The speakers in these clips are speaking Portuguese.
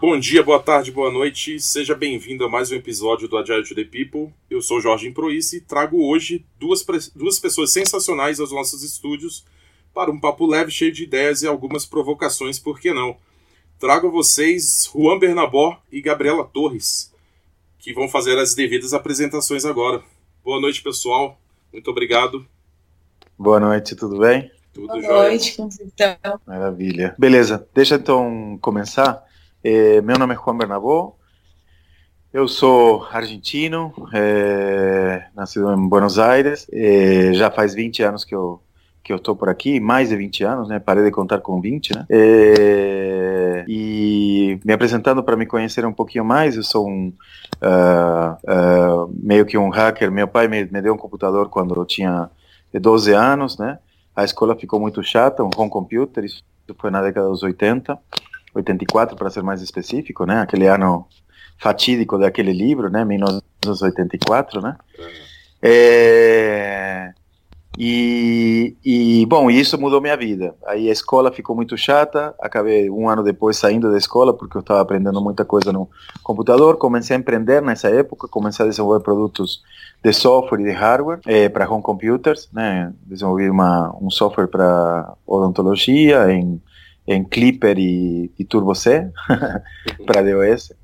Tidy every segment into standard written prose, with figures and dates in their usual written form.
Bom dia, boa tarde, boa noite, seja bem-vindo a mais um episódio do Agile to the People. Eu sou Jorge Improice e trago hoje duas pessoas sensacionais aos nossos estúdios para um papo leve, cheio de ideias e algumas provocações, por que não? Trago a vocês Juan Bernabó e Gabriela Torres, que vão fazer as devidas apresentações agora. Boa noite, pessoal, muito obrigado. Boa noite, tudo bem? Tudo Boa jóia. noite, como vocês estão? Maravilha. Beleza, deixa então começar. Meu nome é Juan Bernabó, eu sou argentino, nascido em Buenos Aires, já faz 20 anos que eu estou por aqui, mais de 20 anos, né? Parei de contar com 20, né? E me apresentando para me conhecer um pouquinho mais, eu sou meio que um hacker. Meu pai me deu um computador quando eu tinha 12 anos, né? A escola ficou muito chata, um home computer, isso foi na década dos 80, 84 para ser mais específico, né? Aquele ano fatídico daquele livro, né? 1984, né? Bom, isso mudou minha vida. Aí a escola ficou muito chata, acabei um ano depois saindo da escola porque eu estava aprendendo muita coisa no computador. Comecei a empreender nessa época, comecei a desenvolver produtos de software e de hardware para home computers, né? Desenvolvi um software para odontologia em Clipper e Turbo C para DOS.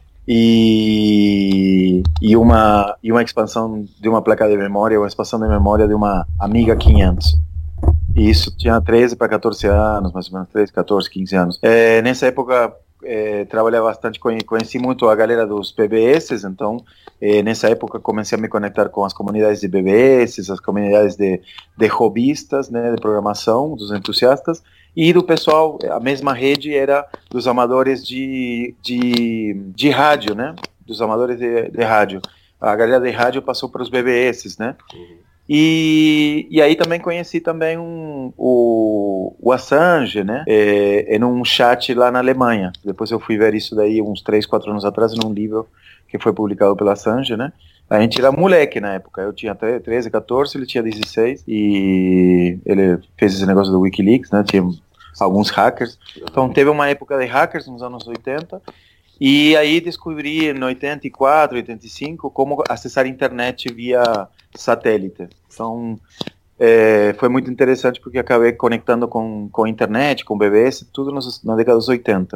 E uma expansão de uma placa de memória, uma expansão de memória de uma Amiga 500. E isso tinha 13 para 14 anos, mais ou menos 13, 14, 15 anos. Nessa época, trabalhei bastante, conheci muito a galera dos BBS, então nessa época comecei a me conectar com as comunidades de BBS, as comunidades de hobbyistas, né, de programação, dos entusiastas, e do pessoal. A mesma rede era dos amadores de rádio, né? Dos amadores de rádio. A galera de rádio passou para os BBS, né? E aí também conheci também o Assange, né? Em um chat lá na Alemanha. Depois eu fui ver isso daí uns 3, 4 anos atrás num livro que foi publicado pelo Assange, né? A gente era moleque na época, eu tinha 13, 14, ele tinha 16, e ele fez esse negócio do Wikileaks, né? Tinha alguns hackers. Então teve uma época de hackers nos anos 80, e aí descobri em 84, 85 como acessar a internet via satélite. Então foi muito interessante porque acabei conectando com a internet, com o BBS, tudo na década dos 80.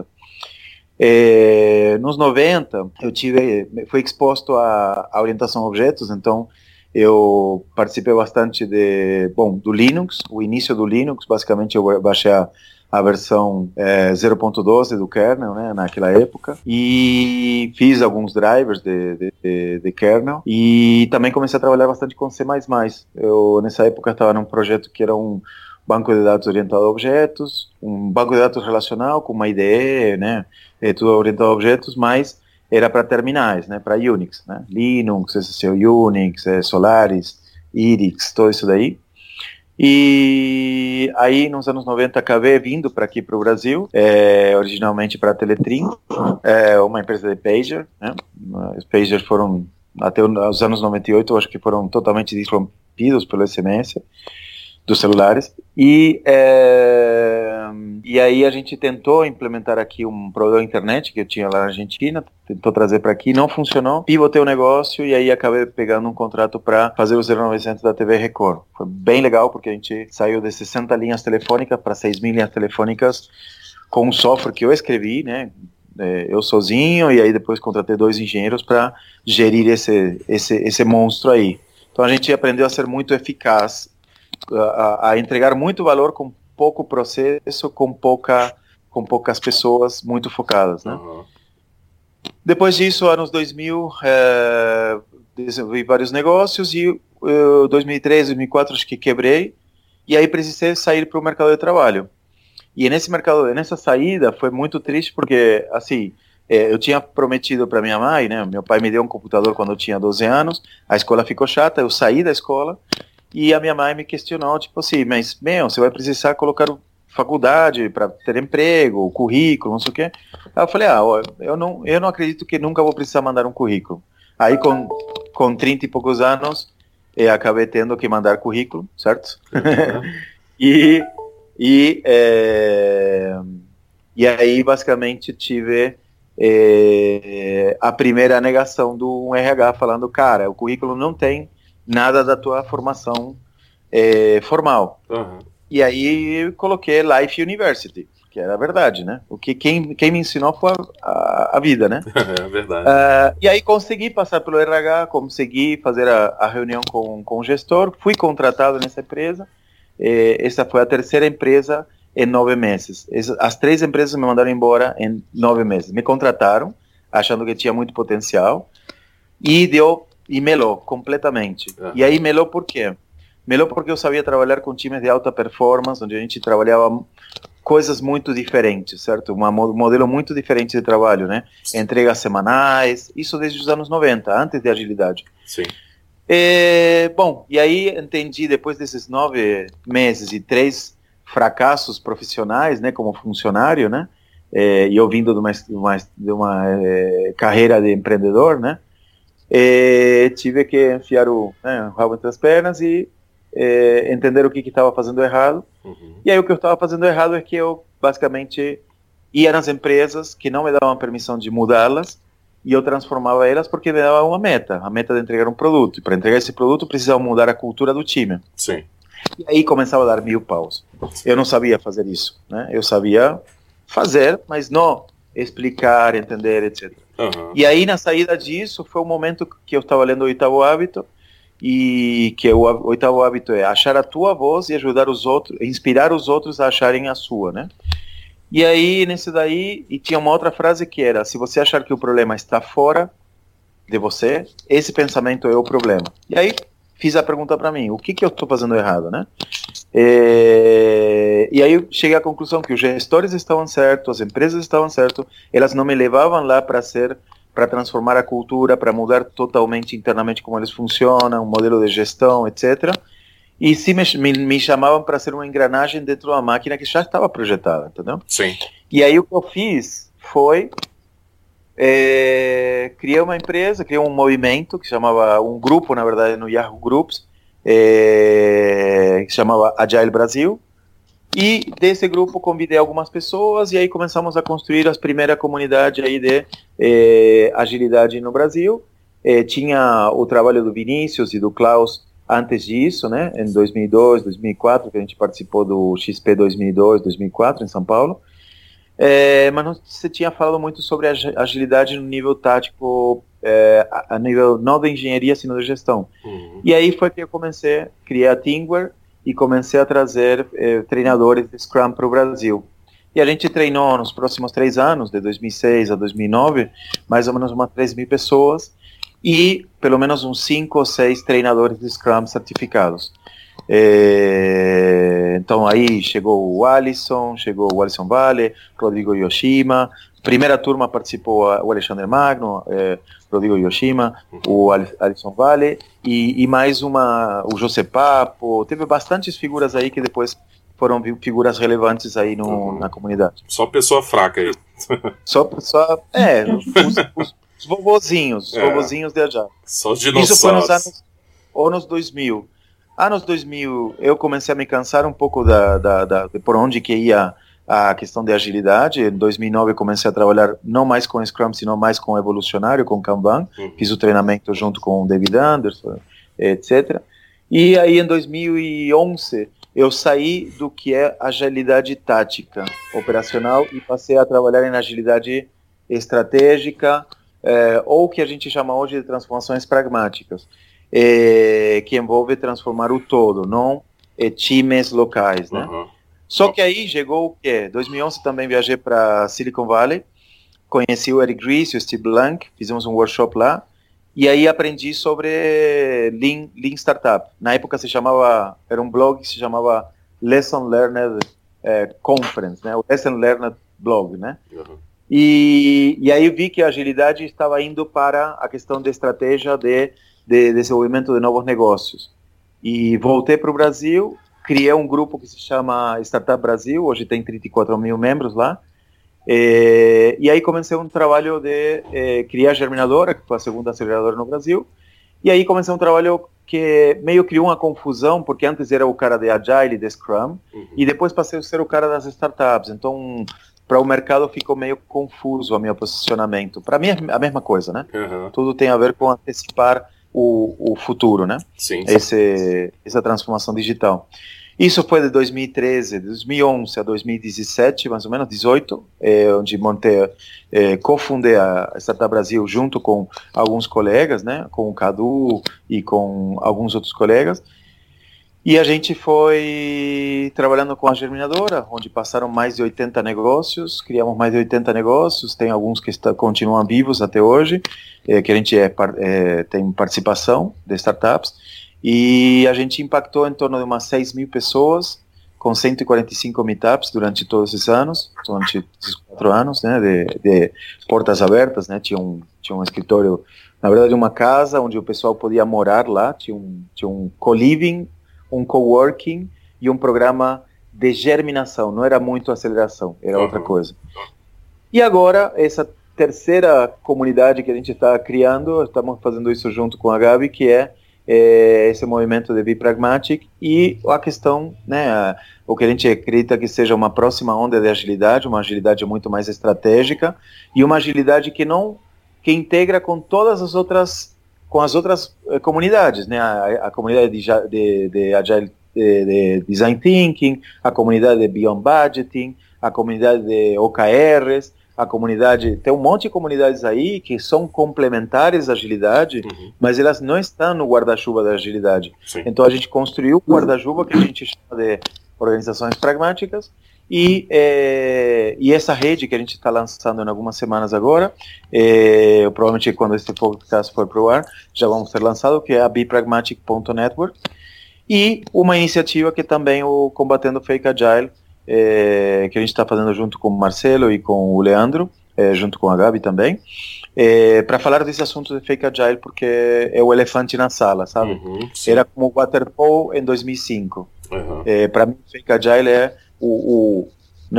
Nos 90 fui exposto à orientação a objetos, então eu participei bastante do Linux, o início do Linux. Basicamente eu baixei a versão 0.12 do kernel, né, naquela época, e fiz alguns drivers de kernel, e também comecei a trabalhar bastante com C++. Eu nessa época estava num projeto que era um banco de dados orientado a objetos, um banco de dados relacional com uma IDE, né, tudo orientado a objetos, mas era para terminais, né, para Unix, né, Linux, SSL Unix, Solaris, Irix, todo isso daí. E aí nos anos 90 acabei vindo para aqui para o Brasil, originalmente para a Teletrim, uma empresa de pager, né. Os pagers foram, até os anos 98, eu acho que foram totalmente disrompidos pelo SMS dos celulares, e aí a gente tentou implementar aqui um provedor de internet que eu tinha lá na Argentina, tentou trazer para aqui, não funcionou, pivotei o negócio e aí acabei pegando um contrato para fazer o 0900 da TV Record. Foi bem legal porque a gente saiu de 60 linhas telefônicas para 6.000 linhas telefônicas com um software que eu escrevi, né, eu sozinho, e aí depois contratei 2 engenheiros para gerir esse monstro aí. Então a gente aprendeu a ser muito eficaz, a entregar muito valor com pouco processo, com poucas pessoas muito focadas, né? Uhum. Depois disso, anos 2000, desenvolvi vários negócios, e 2003, 2004 acho que quebrei, e aí precisei sair para o mercado de trabalho. E nessa saída foi muito triste porque, assim, eu tinha prometido para minha mãe, né? Meu pai me deu um computador quando eu tinha 12 anos, a escola ficou chata, eu saí da escola, e a minha mãe me questionou, tipo assim, mas, você vai precisar colocar faculdade para ter emprego, currículo, não sei o quê. Aí eu falei, eu não acredito que nunca vou precisar mandar um currículo. Aí com 30 e poucos anos, acabei tendo que mandar currículo, certo? E aí, basicamente, tive a primeira negação do RH falando, cara, o currículo não tem nada da tua formação formal. Uhum. E aí eu coloquei Life University, que era a verdade, né? O que quem me ensinou foi a vida, né? É verdade. E aí consegui passar pelo RH, consegui fazer a reunião com o gestor, fui contratado nessa empresa. Essa foi a terceira empresa em 9 meses. As 3 empresas me mandaram embora em 9 meses. Me contrataram, achando que tinha muito potencial, e melou completamente. Uhum. E aí melou por quê? Melhor porque eu sabia trabalhar com times de alta performance, onde a gente trabalhava coisas muito diferentes, certo? Um modelo muito diferente de trabalho, né? Entregas semanais, isso desde os anos 90, antes de agilidade. Sim. Bom, e aí entendi, depois desses 9 meses e 3 fracassos profissionais, né, como funcionário, né? E eu vindo de uma carreira de empreendedor, né? Tive que enfiar o rabo entre as pernas e entender o que estava fazendo errado. Uhum. E aí o que eu estava fazendo errado é que eu basicamente ia nas empresas que não me davam permissão de mudá-las e eu transformava elas porque me dava uma meta, a meta de entregar um produto. E para entregar esse produto precisava mudar a cultura do time. Sim. E aí começava a dar 1000 paus. Eu não sabia fazer isso, né? Eu sabia fazer, mas não explicar, entender, etc. Uhum. E aí na saída disso foi o momento que eu estava lendo o Oitavo Hábito, e que o oitavo hábito é achar a tua voz e ajudar os outros, inspirar os outros a acharem a sua, né? E aí, nesse daí, e tinha uma outra frase que era, se você achar que o problema está fora de você, esse pensamento é o problema. E aí, fiz a pergunta para mim, o que eu estou fazendo errado, né? E aí eu cheguei à conclusão que os gestores estavam certos, as empresas estavam certas, elas não me levavam lá para transformar a cultura, para mudar totalmente internamente como eles funcionam, um modelo de gestão, etc. E sim me chamavam para ser uma engrenagem dentro de uma máquina que já estava projetada, entendeu? Sim. E aí o que eu fiz foi criei uma empresa, criei um movimento que chamava, um grupo, na verdade, no Yahoo Groups, que se chamava Agile Brasil. E desse grupo convidei algumas pessoas e aí começamos a construir as primeiras comunidades aí de agilidade no Brasil. Tinha o trabalho do Vinícius e do Klaus antes disso, né, em 2002, 2004, que a gente participou do XP 2002, 2004 em São Paulo. Mas não se tinha falado muito sobre agilidade no nível tático, a nível não da engenharia, sino da gestão. Uhum. E aí foi que eu comecei a criar a Teamwear, e comecei a trazer treinadores de Scrum para o Brasil. E a gente treinou nos próximos 3 anos, de 2006 a 2009, mais ou menos umas 3.000 pessoas, e pelo menos uns 5 ou 6 treinadores de Scrum certificados. Então aí chegou o Alisson Vale, Rodrigo Yoshima, primeira turma participou o Alexandre Magno, Rodrigo Yoshima, o Alisson Vale e mais o José Papo. Teve bastantes figuras aí que depois foram figuras relevantes aí na comunidade. Só pessoa fraca aí. Só os vovozinhos de Agile. Só os dinossauros. Isso foi nos anos 2000. Anos 2000 eu comecei a me cansar um pouco de por onde que ia a questão de agilidade. Em 2009 eu comecei a trabalhar não mais com Scrum, sino mais com Evolucionário, com Kanban. Fiz o treinamento junto com o David Anderson, etc. E aí em 2011 eu saí do que é agilidade tática, operacional, e passei a trabalhar em agilidade estratégica, ou o que a gente chama hoje de transformações pragmáticas. Que envolve transformar o todo, não times locais, né? Uhum. Só que aí chegou o quê? 2011 também viajei para Silicon Valley, conheci o Eric Ries e o Steve Blank, fizemos um workshop lá, e aí aprendi sobre Lean Startup. Na época era um blog que se chamava Lesson Learned Conference, né? O Lesson Learned Blog, né? Uhum. E aí eu vi que a agilidade estava indo para a questão de estratégia de desenvolvimento de novos negócios. E voltei para o Brasil, criei um grupo que se chama Startup Brasil, hoje tem 34.000 membros lá, e aí comecei um trabalho de criar a Germinadora, que foi a segunda aceleradora no Brasil, e aí comecei um trabalho que meio criou uma confusão, porque antes era o cara de Agile e de Scrum, e depois passei a ser o cara das startups. Então para o mercado ficou meio confuso o meu posicionamento. Para mim é a mesma coisa, né? Uhum. Tudo tem a ver com antecipar o futuro, né? Sim. Essa transformação digital. Isso foi de 2013, 2011 a 2017, mais ou menos, 18, onde montei, cofundei a Startup Brasil junto com alguns colegas, né? Com o Cadu e com alguns outros colegas. E a gente foi trabalhando com a Germinadora, onde passaram mais de 80 negócios, criamos mais de 80 negócios, tem alguns que continuam vivos até hoje, que a gente tem participação de startups, e a gente impactou em torno de umas 6 mil pessoas, com 145 meetups durante todos esses anos, durante esses 4 anos, né, de portas abertas, né, tinha um escritório, na verdade uma casa onde o pessoal podia morar lá, tinha um co-living, um coworking e um programa de germinação, não era muito aceleração, era outra coisa. E agora, essa terceira comunidade que a gente está criando, estamos fazendo isso junto com a Gabi, que é esse movimento de Be Pragmatic, e a questão, né, o que a gente acredita que seja uma próxima onda de agilidade, uma agilidade muito mais estratégica, e uma agilidade que integra com todas as outras comunidades, né? A comunidade de Agile, de Design Thinking, a comunidade de Beyond Budgeting, a comunidade de OKRs, a comunidade, tem um monte de comunidades aí que são complementares à agilidade, mas elas não estão no guarda-chuva da agilidade. Sim. Então a gente construiu um guarda-chuva que a gente chama de organizações pragmáticas, e essa rede que a gente está lançando em algumas semanas agora, provavelmente quando esse podcast for pro ar, já vamos ter lançado, que é a bepragmatic.network, e uma iniciativa que também o Combatendo Fake Agile, que a gente está fazendo junto com o Marcelo e com o Leandro, junto com a Gabi também, para falar desse assunto de Fake Agile, porque é o elefante na sala, sabe? Era como o Waterfall em 2005. Para mim, Fake Agile é o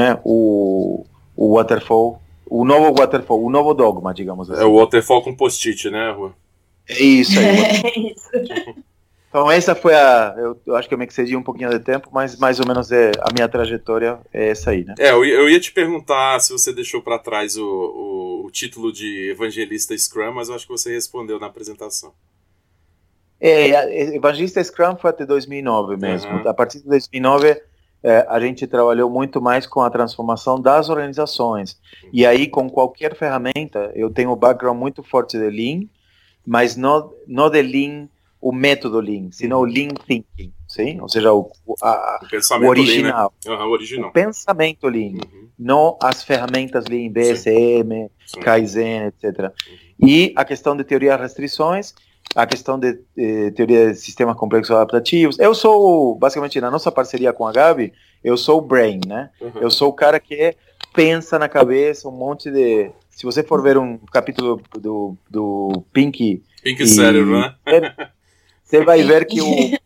Waterfall, o novo Waterfall, o novo dogma, digamos assim. É o Waterfall com post-it, né, Rua? É isso aí. Então essa foi eu acho que eu me excedi um pouquinho de tempo, mas mais ou menos a minha trajetória é essa aí, né? Eu ia te perguntar se você deixou para trás o título de evangelista Scrum, mas eu acho que você respondeu na apresentação. Evangelista Scrum foi até 2009 mesmo. A partir de 2009 a gente trabalhou muito mais com a transformação das organizações. E aí, com qualquer ferramenta, eu tenho um background muito forte de Lean, mas não de Lean, o método Lean, senão o Lean Thinking, sim? Ou seja, o original. Lean, né? O original. O pensamento Lean, não as ferramentas Lean, BSM, sim. Kaizen, etc. E a questão de teoria de restrições, a questão de teoria de sistemas complexos adaptativos. Eu sou, basicamente, na nossa parceria com a Gabi, eu sou o brain, né? Eu sou o cara que pensa na cabeça um monte de... Se você for ver um capítulo do Pink Cérebro, né? Você vai ver que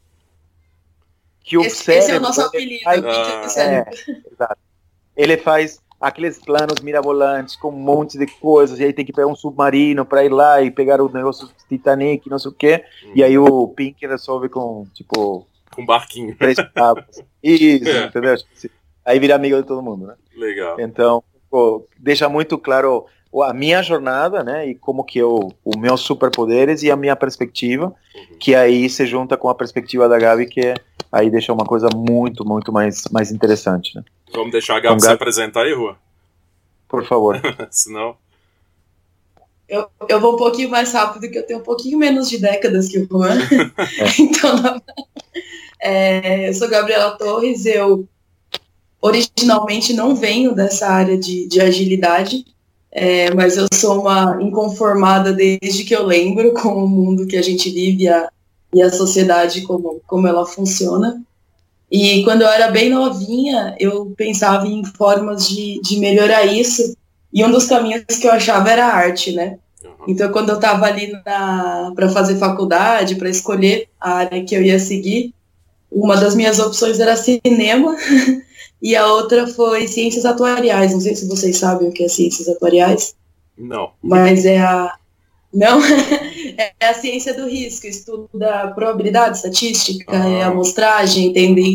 o cérebro... Esse é o nosso apelido, Pink Cérebro. Exato. Ele faz aqueles planos mirabolantes com um monte de coisas, e aí tem que pegar um submarino para ir lá e pegar o negócio Titanic, não sei o quê, e aí o Pink resolve com, tipo... Com barquinho. 3 tábuas. Isso, entendeu? Aí vira amigo de todo mundo, né? Legal. Então, deixa muito claro a minha jornada, né, e como que os meus superpoderes e a minha perspectiva, que aí se junta com a perspectiva da Gabi, que aí deixa uma coisa muito, muito mais interessante, né? Vamos deixar a Gabi se apresentar aí, Rua? Por favor. Senão... Eu vou um pouquinho mais rápido, que eu tenho um pouquinho menos de décadas que o Juan. Então, eu sou Gabriela Torres, eu originalmente não venho dessa área de agilidade, mas eu sou uma inconformada desde que eu lembro com o mundo que a gente vive e a sociedade como ela funciona. E quando eu era bem novinha, eu pensava em formas de melhorar isso, e um dos caminhos que eu achava era a arte, né? Então, quando eu estava ali para fazer faculdade, para escolher a área que eu ia seguir, uma das minhas opções era cinema, e a outra foi ciências atuariais. Não sei se vocês sabem o que é ciências atuariais. Não. Mas Não? É a ciência do risco, estuda probabilidade, estatística, amostragem,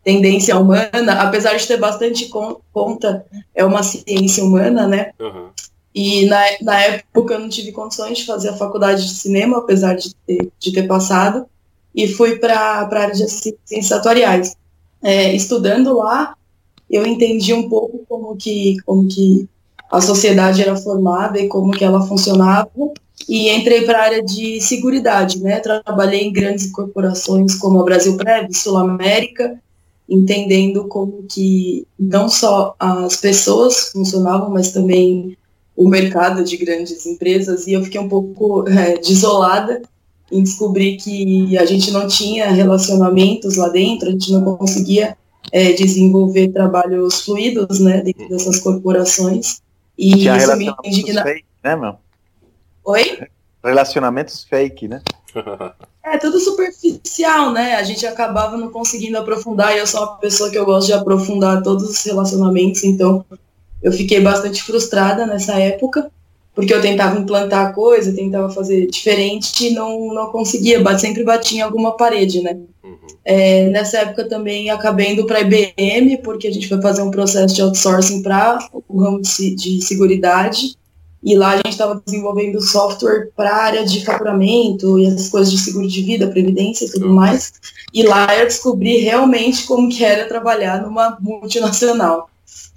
tendência humana, apesar de ter bastante conta, é uma ciência humana, né? Uhum. E na época eu não tive condições de fazer a faculdade de cinema, apesar de ter passado, e fui para a área de ciências atuariais. Estudando lá, eu entendi um pouco como que a sociedade era formada e como que ela funcionava, e entrei para a área de seguridade, né? Trabalhei em grandes corporações como a Brasilprev, Sul América, entendendo como que não só as pessoas funcionavam, mas também o mercado de grandes empresas, e eu fiquei um pouco desolada em descobrir que a gente não tinha relacionamentos lá dentro, a gente não conseguia desenvolver trabalhos fluidos, né, dentro dessas corporações. E tinha isso me relacionamentos indigna... fake, né, meu? Oi? Relacionamentos fake, né? Tudo superficial, né? A gente acabava não conseguindo aprofundar, e eu sou uma pessoa que eu gosto de aprofundar todos os relacionamentos, então eu fiquei bastante frustrada nessa época, porque eu tentava implantar coisa, tentava fazer diferente e não conseguia, sempre batia em alguma parede, né? Uhum. Nessa época também acabei indo para a IBM, porque a gente foi fazer um processo de outsourcing para o ramo de seguridade, e lá a gente estava desenvolvendo software para a área de faturamento e as coisas de seguro de vida, previdência e tudo mais, e lá eu descobri realmente como que era trabalhar numa multinacional.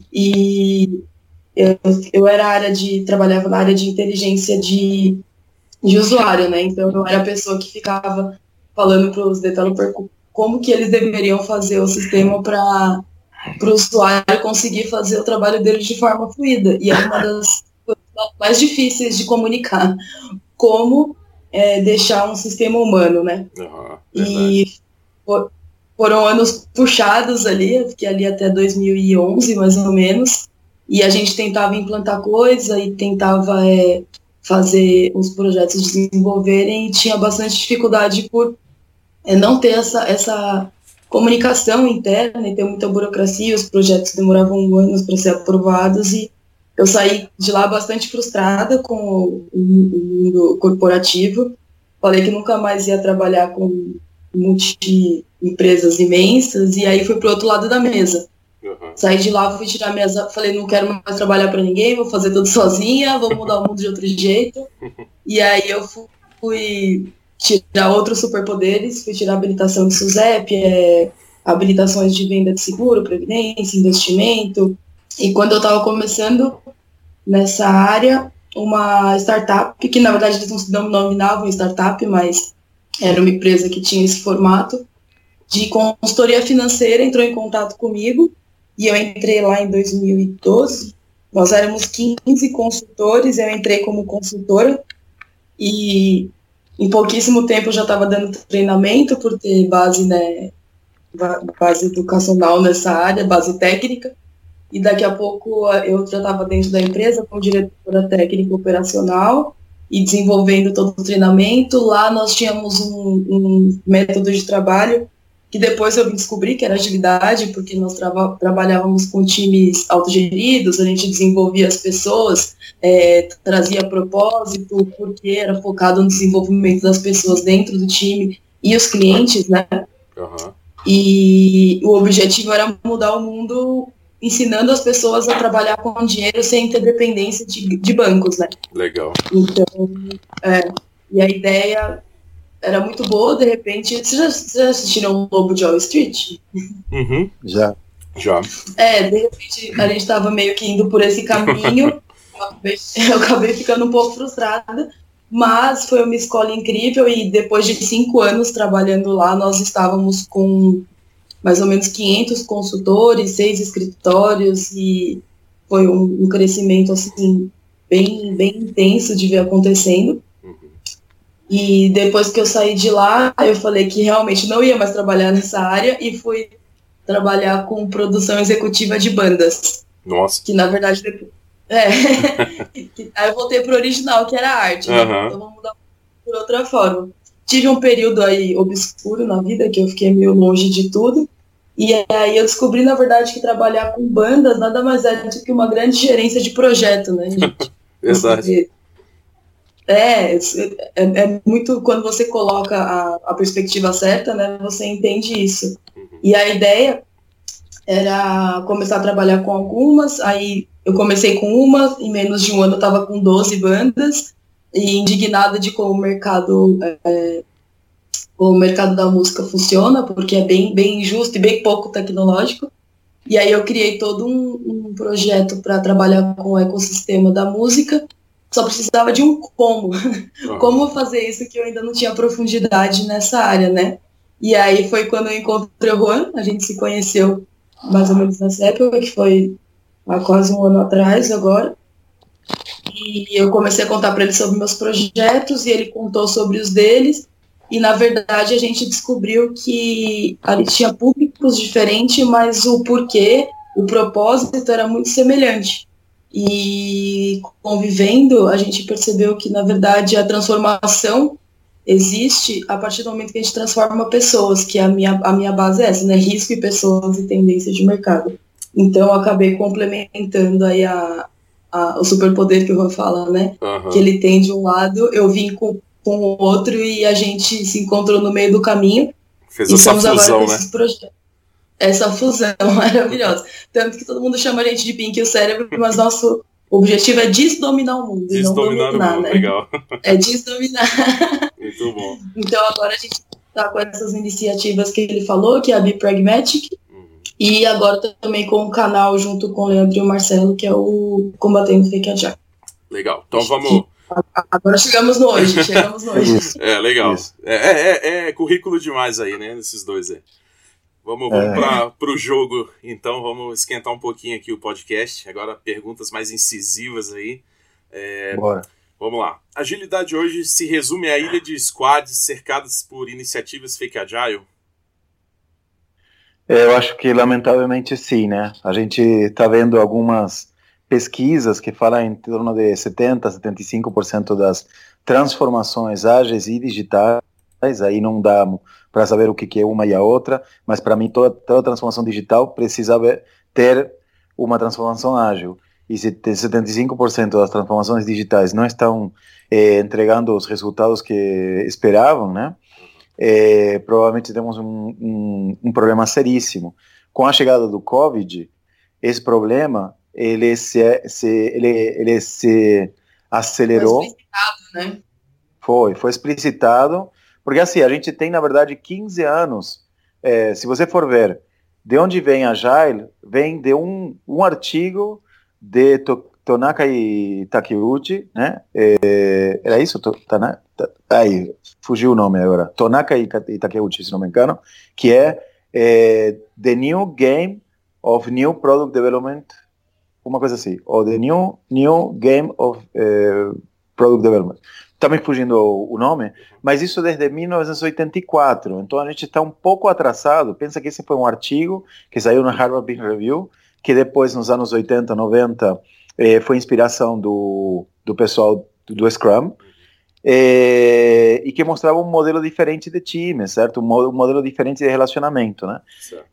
E eu trabalhava na área de inteligência de usuário, né? Então eu era a pessoa que ficava falando para os developers como que eles deveriam fazer o sistema para o usuário conseguir fazer o trabalho dele de forma fluida. E é uma das coisas mais difíceis de comunicar, como deixar um sistema humano, né? E foram anos puxados ali, eu fiquei ali até 2011, mais ou menos, e a gente tentava implantar coisa e tentava fazer os projetos desenvolverem, e tinha bastante dificuldade por não ter essa comunicação interna e ter muita burocracia, os projetos demoravam anos para ser aprovados, e eu saí de lá bastante frustrada com o mundo corporativo, falei que nunca mais ia trabalhar com multi-empresas imensas, e aí fui pro outro lado da mesa. Uhum. Saí de lá, fui tirar falei, não quero mais trabalhar para ninguém, vou fazer tudo sozinha, vou mudar o mundo de outro jeito. E aí eu fui tirar outros superpoderes, fui tirar habilitação de SUSEP, habilitações de venda de seguro, previdência, investimento. E quando eu estava começando nessa área, uma startup, que na verdade eles não nominavam startup, mas era uma empresa que tinha esse formato, de consultoria financeira, entrou em contato comigo, e eu entrei lá em 2012, nós éramos 15 consultores, eu entrei como consultora, e em pouquíssimo tempo eu já estava dando treinamento, por ter base, né, base educacional nessa área, base técnica, e daqui a pouco eu já estava dentro da empresa como diretora técnica operacional, e desenvolvendo todo o treinamento. Lá nós tínhamos um método de trabalho que depois eu descobri que era agilidade, porque nós trabalhávamos com times autogeridos, a gente desenvolvia as pessoas, trazia propósito, porque era focado no desenvolvimento das pessoas dentro do time e os clientes, né? Uhum. E o objetivo era mudar o mundo, ensinando as pessoas a trabalhar com dinheiro sem ter dependência de bancos, né? Legal. Então, e a ideia era muito boa, de repente... Vocês já assistiram o Lobo de Wall Street? Uhum. Já. De repente a gente estava meio que indo por esse caminho, eu acabei ficando um pouco frustrada, mas foi uma escola incrível, e depois de 5 anos trabalhando lá, nós estávamos com mais ou menos 500 consultores, 6 escritórios, e foi um crescimento assim, bem, bem intenso de ver acontecendo. E depois que eu saí de lá, eu falei que realmente não ia mais trabalhar nessa área, e fui trabalhar com produção executiva de bandas. Nossa. Que na verdade... Aí eu voltei pro original, que era a arte, né? Então vamos mudar por outra forma. Tive um período aí obscuro na vida, que eu fiquei meio longe de tudo, e aí eu descobri, na verdade, que trabalhar com bandas nada mais é do que uma grande gerência de projeto, né, gente? Verdade. É muito, quando você coloca a perspectiva certa, né, você entende isso. E a ideia era começar a trabalhar com algumas, aí eu comecei com uma, em menos de um ano eu estava com 12 bandas, e indignada de como o mercado da música funciona, porque é bem injusto e bem pouco tecnológico. E aí eu criei todo um projeto para trabalhar com o ecossistema da música, só precisava de um como fazer isso, que eu ainda não tinha profundidade nessa área, né? E aí foi quando eu encontrei o Juan, a gente se conheceu mais ou menos nessa época, que foi há quase um ano atrás agora, e eu comecei a contar para ele sobre meus projetos, e ele contou sobre os deles, e na verdade a gente descobriu que ali tinha públicos diferentes, mas o porquê, o propósito era muito semelhante. E convivendo, a gente percebeu que na verdade a transformação existe a partir do momento que a gente transforma pessoas, que a minha base é essa, né? Risco e pessoas e tendências de mercado. Então eu acabei complementando aí o superpoder que o Juan fala, né? Que ele tem de um lado, eu vim com o outro e a gente se encontrou no meio do caminho. Fez essa fusão, né? Essa fusão maravilhosa. Tanto que todo mundo chama a gente de Pink e o cérebro, mas nosso objetivo é desdominar o mundo. Desdominar e não dominar, o mundo, né? legal. É desdominar. Muito bom. Então agora a gente está com essas iniciativas que ele falou, que é a Be Pragmatic, e agora também com o canal junto com o Leandro e o Marcelo, que é o Combatendo Fake Agile. Legal. Então vamos... Agora chegamos no hoje. Legal. É currículo demais aí, né? Nesses dois aí. Vamos para o jogo, então. Vamos esquentar um pouquinho aqui o podcast. Agora perguntas mais incisivas aí. Bora. Vamos lá. Agilidade hoje se resume à ilha de squads cercadas por iniciativas fake agile? Eu acho que lamentavelmente sim, né? A gente está vendo algumas pesquisas que falam em torno de 70-75% das transformações ágeis e digitais. Aí não dá para saber o que é uma e a outra, mas para mim toda transformação digital precisa ter uma transformação ágil. E se 75% das transformações digitais não estão entregando os resultados que esperavam, né? Provavelmente temos um problema seríssimo. Com a chegada do Covid, esse problema ele se acelerou. Foi explicitado, né? Foi explicitado, porque assim, a gente tem, na verdade, 15 anos, se você for ver, de onde vem a Agile, vem de um artigo de Tanaka e Takeuchi, né? Era isso? Aí, fugiu o nome agora. Tanaka e Takeuchi, se não me engano, que é The New Game of New Product Development, uma coisa assim, ou The New Game of Product Development. Está me fugindo o nome, mas isso desde 1984, então a gente está um pouco atrasado. Pensa que esse foi um artigo que saiu na Harvard Business Review, que depois, nos anos 80, 90, foi inspiração do pessoal do Scrum, e que mostrava um modelo diferente de time, certo? Um modelo diferente de relacionamento, né?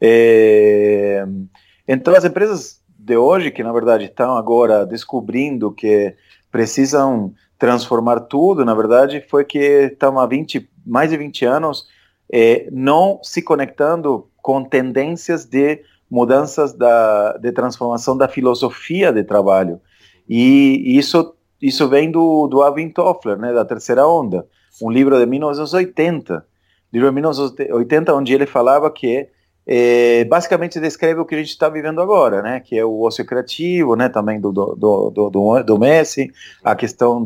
Então, as empresas de hoje, que na verdade estão agora descobrindo que precisam transformar tudo, na verdade, foi que estão há mais de 20 anos não se conectando com tendências de mudanças de transformação da filosofia de trabalho. E isso vem do Alvin Toffler, né, da Terceira Onda, um livro de 1980, onde ele falava que basicamente descreve o que a gente está vivendo agora, né, que é o ócio criativo, né, também do Messi, a questão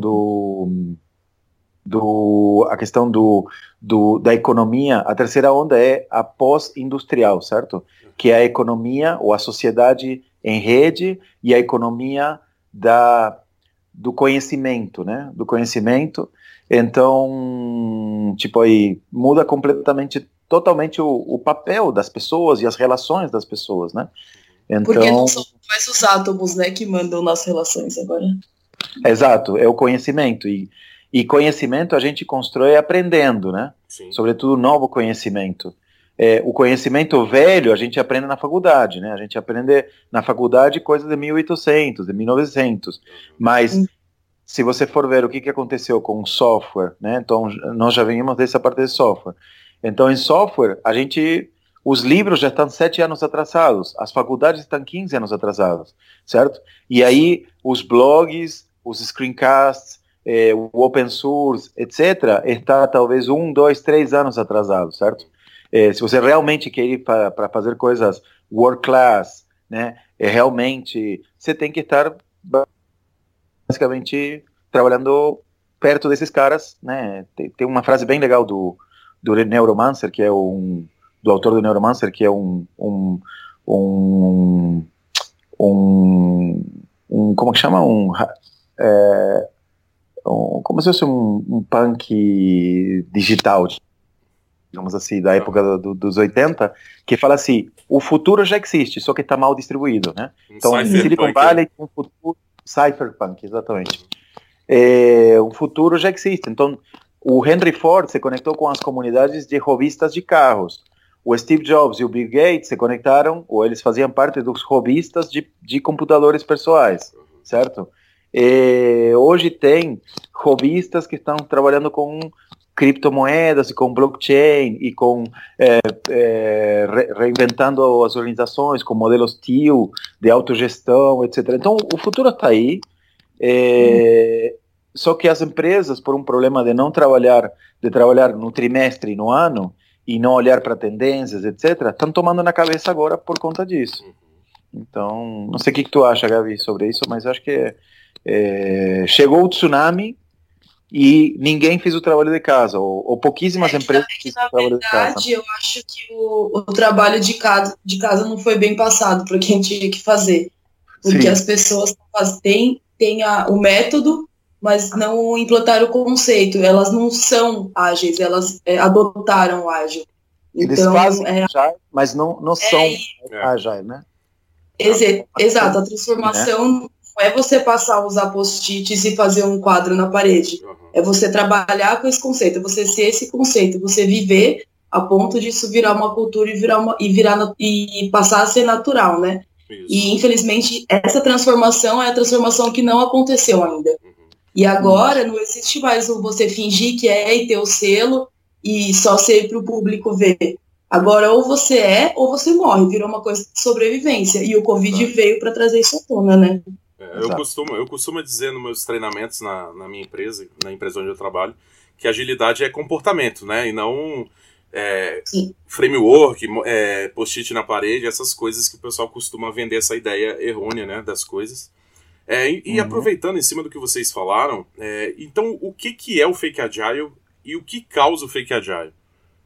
da economia. A terceira onda é a pós-industrial, certo? Que é a economia ou a sociedade em rede e a economia do conhecimento, né? Do conhecimento. Então, tipo, aí muda totalmente o papel das pessoas e as relações das pessoas, né? Então, porque não são mais os átomos, né, que mandam nas relações agora. Exato, é o conhecimento. E conhecimento a gente constrói aprendendo, né? Sim. Sobretudo novo conhecimento. O conhecimento velho a gente aprende na faculdade, né? A gente aprende na faculdade coisas de 1800, de 1900. Mas se você for ver o que aconteceu com o software, né? Então nós já vimos dessa parte de software. Então em software a gente os livros já estão 7 anos atrasados, as faculdades estão 15 anos atrasadas, certo? E aí os blogs, os screencasts, o open source, etc., está talvez 1, 2, 3 anos atrasado, certo? Se você realmente quer ir para fazer coisas world class, né, realmente você tem que estar basicamente trabalhando perto desses caras, né? Tem uma frase bem legal do Neuromancer, que é do autor do Neuromancer, que é como que chama? Como se fosse um punk digital, digamos assim, da época dos 80, que fala assim, o futuro já existe, só que está mal distribuído, né? Então, em Silicon Valley, um futuro cypherpunk, exatamente. O futuro já existe. Então, o Henry Ford se conectou com as comunidades de hobbyistas de carros. O Steve Jobs e o Bill Gates se conectaram, ou eles faziam parte dos hobbyistas de computadores pessoais, certo? Hoje tem hobbyistas que estão trabalhando com criptomoedas e com blockchain e com reinventando as organizações com modelos TIO de autogestão, etc. Então, o futuro está aí. Só que as empresas, por um problema de trabalhar no trimestre e no ano, e não olhar para tendências, etc., estão tomando na cabeça agora por conta disso. Então, não sei o que tu acha, Gabi, sobre isso, mas acho que chegou o tsunami e ninguém fez o trabalho de casa, ou pouquíssimas empresas fizeram o trabalho de casa. Na verdade, eu acho que o trabalho de casa não foi bem passado para quem tinha que fazer. Porque Sim. As pessoas têm o método, mas não implantaram o conceito. Elas não são ágeis, elas adotaram o ágil. Eles então, fazem agile, mas não são agile, né? Exato, a transformação não é você passar a usar post-its e fazer um quadro na parede. É você trabalhar com esse conceito, é você ser esse conceito, você viver a ponto disso virar uma cultura e passar a ser natural, né? Isso. E, infelizmente, essa transformação é a transformação que não aconteceu ainda. E agora não existe mais você fingir que e ter o selo e só ser para o público ver. Agora, ou você ou você morre, virou uma coisa de sobrevivência. E o Covid veio para trazer isso à tona, né? Eu costumo dizer nos meus treinamentos na minha empresa, na empresa onde eu trabalho, que agilidade é comportamento, né? E não framework, post-it na parede, essas coisas que o pessoal costuma vender essa ideia errônea, né, das coisas. E aproveitando em cima do que vocês falaram, então o que é o Fake Agile e o que causa o Fake Agile?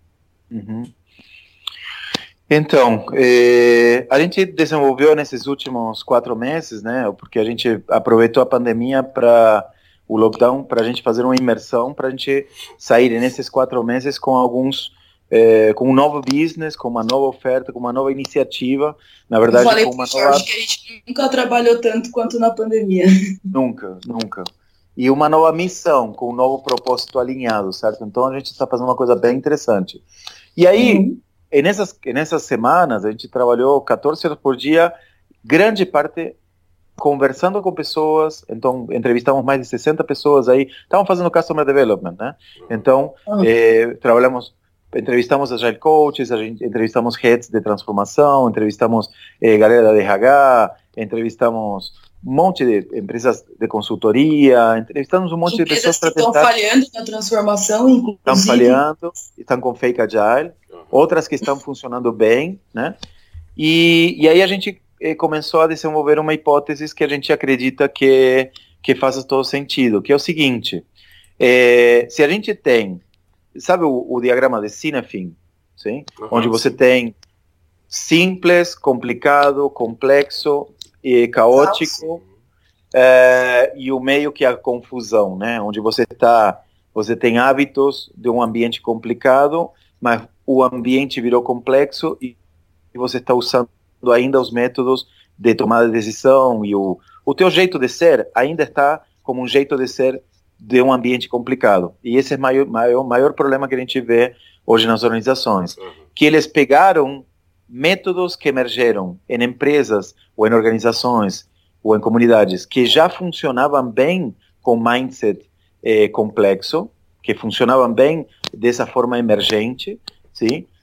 Então, a gente desenvolveu nesses últimos 4 meses, né, porque a gente aproveitou a pandemia para o lockdown, para a gente fazer uma imersão, para a gente sair nesses 4 meses com com um novo business, com uma nova oferta, com uma nova iniciativa, na verdade, eu falei com uma nova... que a gente nunca trabalhou tanto quanto na pandemia. Nunca. E uma nova missão, com um novo propósito alinhado, certo? Então a gente está fazendo uma coisa bem interessante. E aí, nessas semanas, a gente trabalhou 14 horas por dia, grande parte conversando com pessoas, então entrevistamos mais de 60 pessoas aí, estavam fazendo customer development, né? Então, entrevistamos agile coaches, entrevistamos heads de transformação, entrevistamos galera da RH, entrevistamos um monte de empresas de consultoria, entrevistamos um monte de pessoas para tentar... Estão falhando na transformação, inclusive. Estão falhando, estão com fake agile, outras que estão funcionando bem, né? E aí a gente começou a desenvolver uma hipótese que a gente acredita que faz todo sentido, que é o seguinte, se a gente tem, sabe o diagrama de Sinefin, sim? Onde você tem simples, complicado, complexo e caótico, e o meio que é a confusão, né? Onde você tem hábitos de um ambiente complicado, mas o ambiente virou complexo e você está usando ainda os métodos de tomada de decisão e o teu jeito de ser ainda está como um jeito de ser de um ambiente complicado. E esse é o maior problema que a gente vê hoje nas organizações. Que eles pegaram métodos que emergeram em empresas ou em organizações ou em comunidades que já funcionavam bem com mindset complexo, que funcionavam bem dessa forma emergente, sim?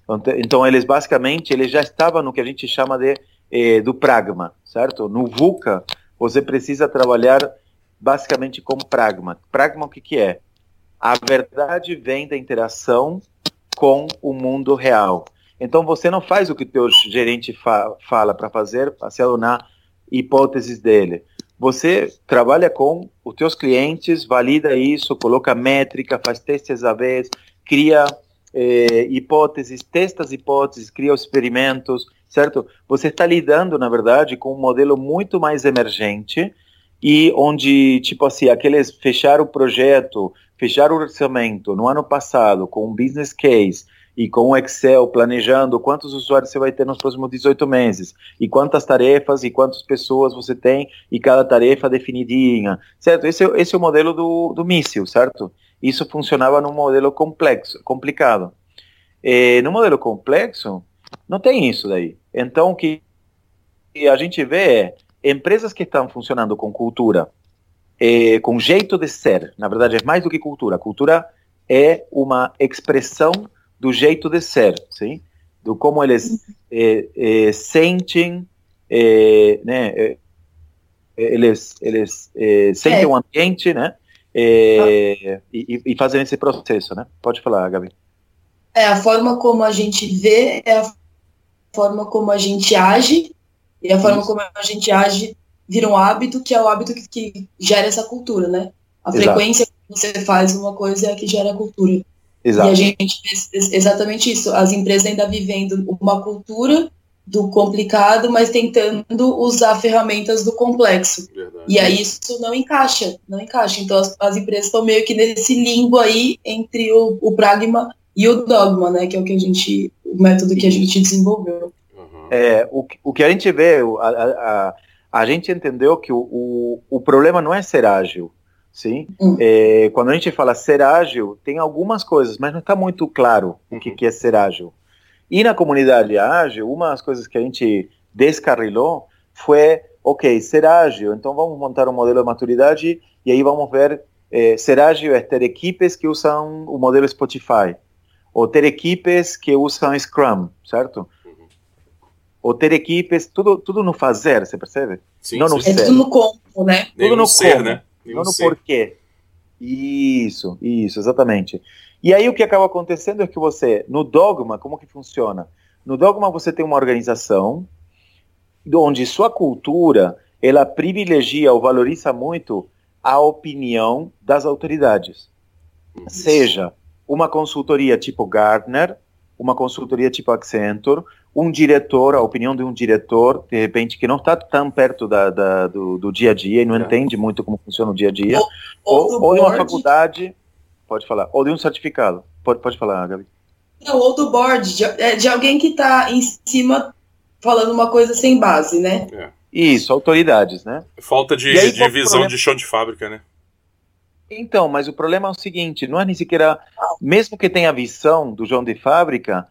Então, eles basicamente eles já estavam no que a gente chama do pragma, certo? No VUCA, você precisa trabalhar basicamente com pragma. Pragma, o que é? A verdade vem da interação com o mundo real. Então, você não faz o que o teu gerente fala para fazer, baseado na hipóteses dele. Você trabalha com os teus clientes, valida isso, coloca métrica, faz testes A/B, cria hipóteses, testa as hipóteses, cria os experimentos, certo? Você está lidando, na verdade, com um modelo muito mais emergente e onde, tipo assim, aqueles fecharam o projeto, fecharam o orçamento no ano passado com um business case e com o Excel planejando quantos usuários você vai ter nos próximos 18 meses e quantas tarefas e quantas pessoas você tem e cada tarefa definidinha, certo? Esse é o modelo do míssil, certo? Isso funcionava num modelo complicado. No modelo complexo, não tem isso daí. Então, o que a gente vê é empresas que estão funcionando com cultura, com jeito de ser. Na verdade, é mais do que cultura. Cultura é uma expressão do jeito de ser, sim? Do como eles sentem, né? Eles sentem o ambiente, né? E fazem esse processo, né? Pode falar, Gabi. A forma como a gente vê é a forma como a gente age, e a forma como a gente age vira um hábito, que é o hábito que gera essa cultura, né? A frequência que você faz uma coisa é a que gera a cultura. Exato. E a gente fez exatamente isso. As empresas ainda vivendo uma cultura do complicado, mas tentando usar ferramentas do complexo. Verdade. E aí isso não encaixa. Então as empresas estão meio que nesse limbo aí entre o pragma e o dogma, né? Que é o método que a gente desenvolveu. O que a gente vê, a gente entendeu que o problema não é ser ágil. Sim? Quando a gente fala ser ágil, tem algumas coisas, mas não está muito claro o que é ser ágil. E na comunidade ágil, uma das coisas que a gente descarrilou foi, ok, ser ágil, então vamos montar um modelo de maturidade e aí vamos ver, ser ágil é ter equipes que usam o modelo Spotify, ou ter equipes que usam Scrum, certo? Ou ter equipes, tudo no fazer, você percebe? Sim, não no ser. Tudo no como, né? Tudo no ser, como. Né? Não no porquê. Isso, exatamente. E aí o que acaba acontecendo é que você, no dogma, como que funciona? No dogma você tem uma organização onde sua cultura, ela privilegia ou valoriza muito a opinião das autoridades. Seja uma consultoria tipo Gartner, uma consultoria tipo Accenture, um diretor, a opinião de um diretor, de repente, que não está tão perto do dia a dia e não entende muito como funciona o dia a dia, ou de uma faculdade, pode falar, ou de um certificado. Pode falar, Gabi. Não, ou do board, de alguém que está em cima falando uma coisa sem base, né? Isso, autoridades, né? Falta de visão de chão de fábrica, né? Então, mas o problema é o seguinte, não é nem sequer, mesmo que tenha a visão do chão de fábrica,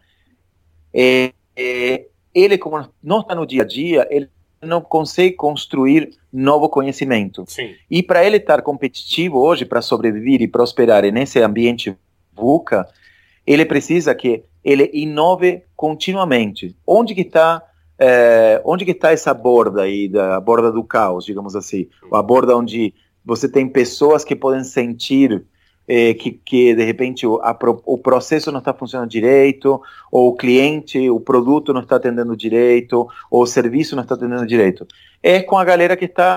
ele, como não está no dia a dia, ele não consegue construir novo conhecimento. Sim. E para ele estar competitivo hoje, para sobreviver e prosperar nesse ambiente VUCA, ele precisa que ele inove continuamente. Onde que está essa borda aí, a borda do caos, digamos assim? A borda onde você tem pessoas que podem sentir que de repente o processo não está funcionando direito, ou o cliente, o produto não está atendendo direito, ou o serviço não está atendendo direito. É com a galera que está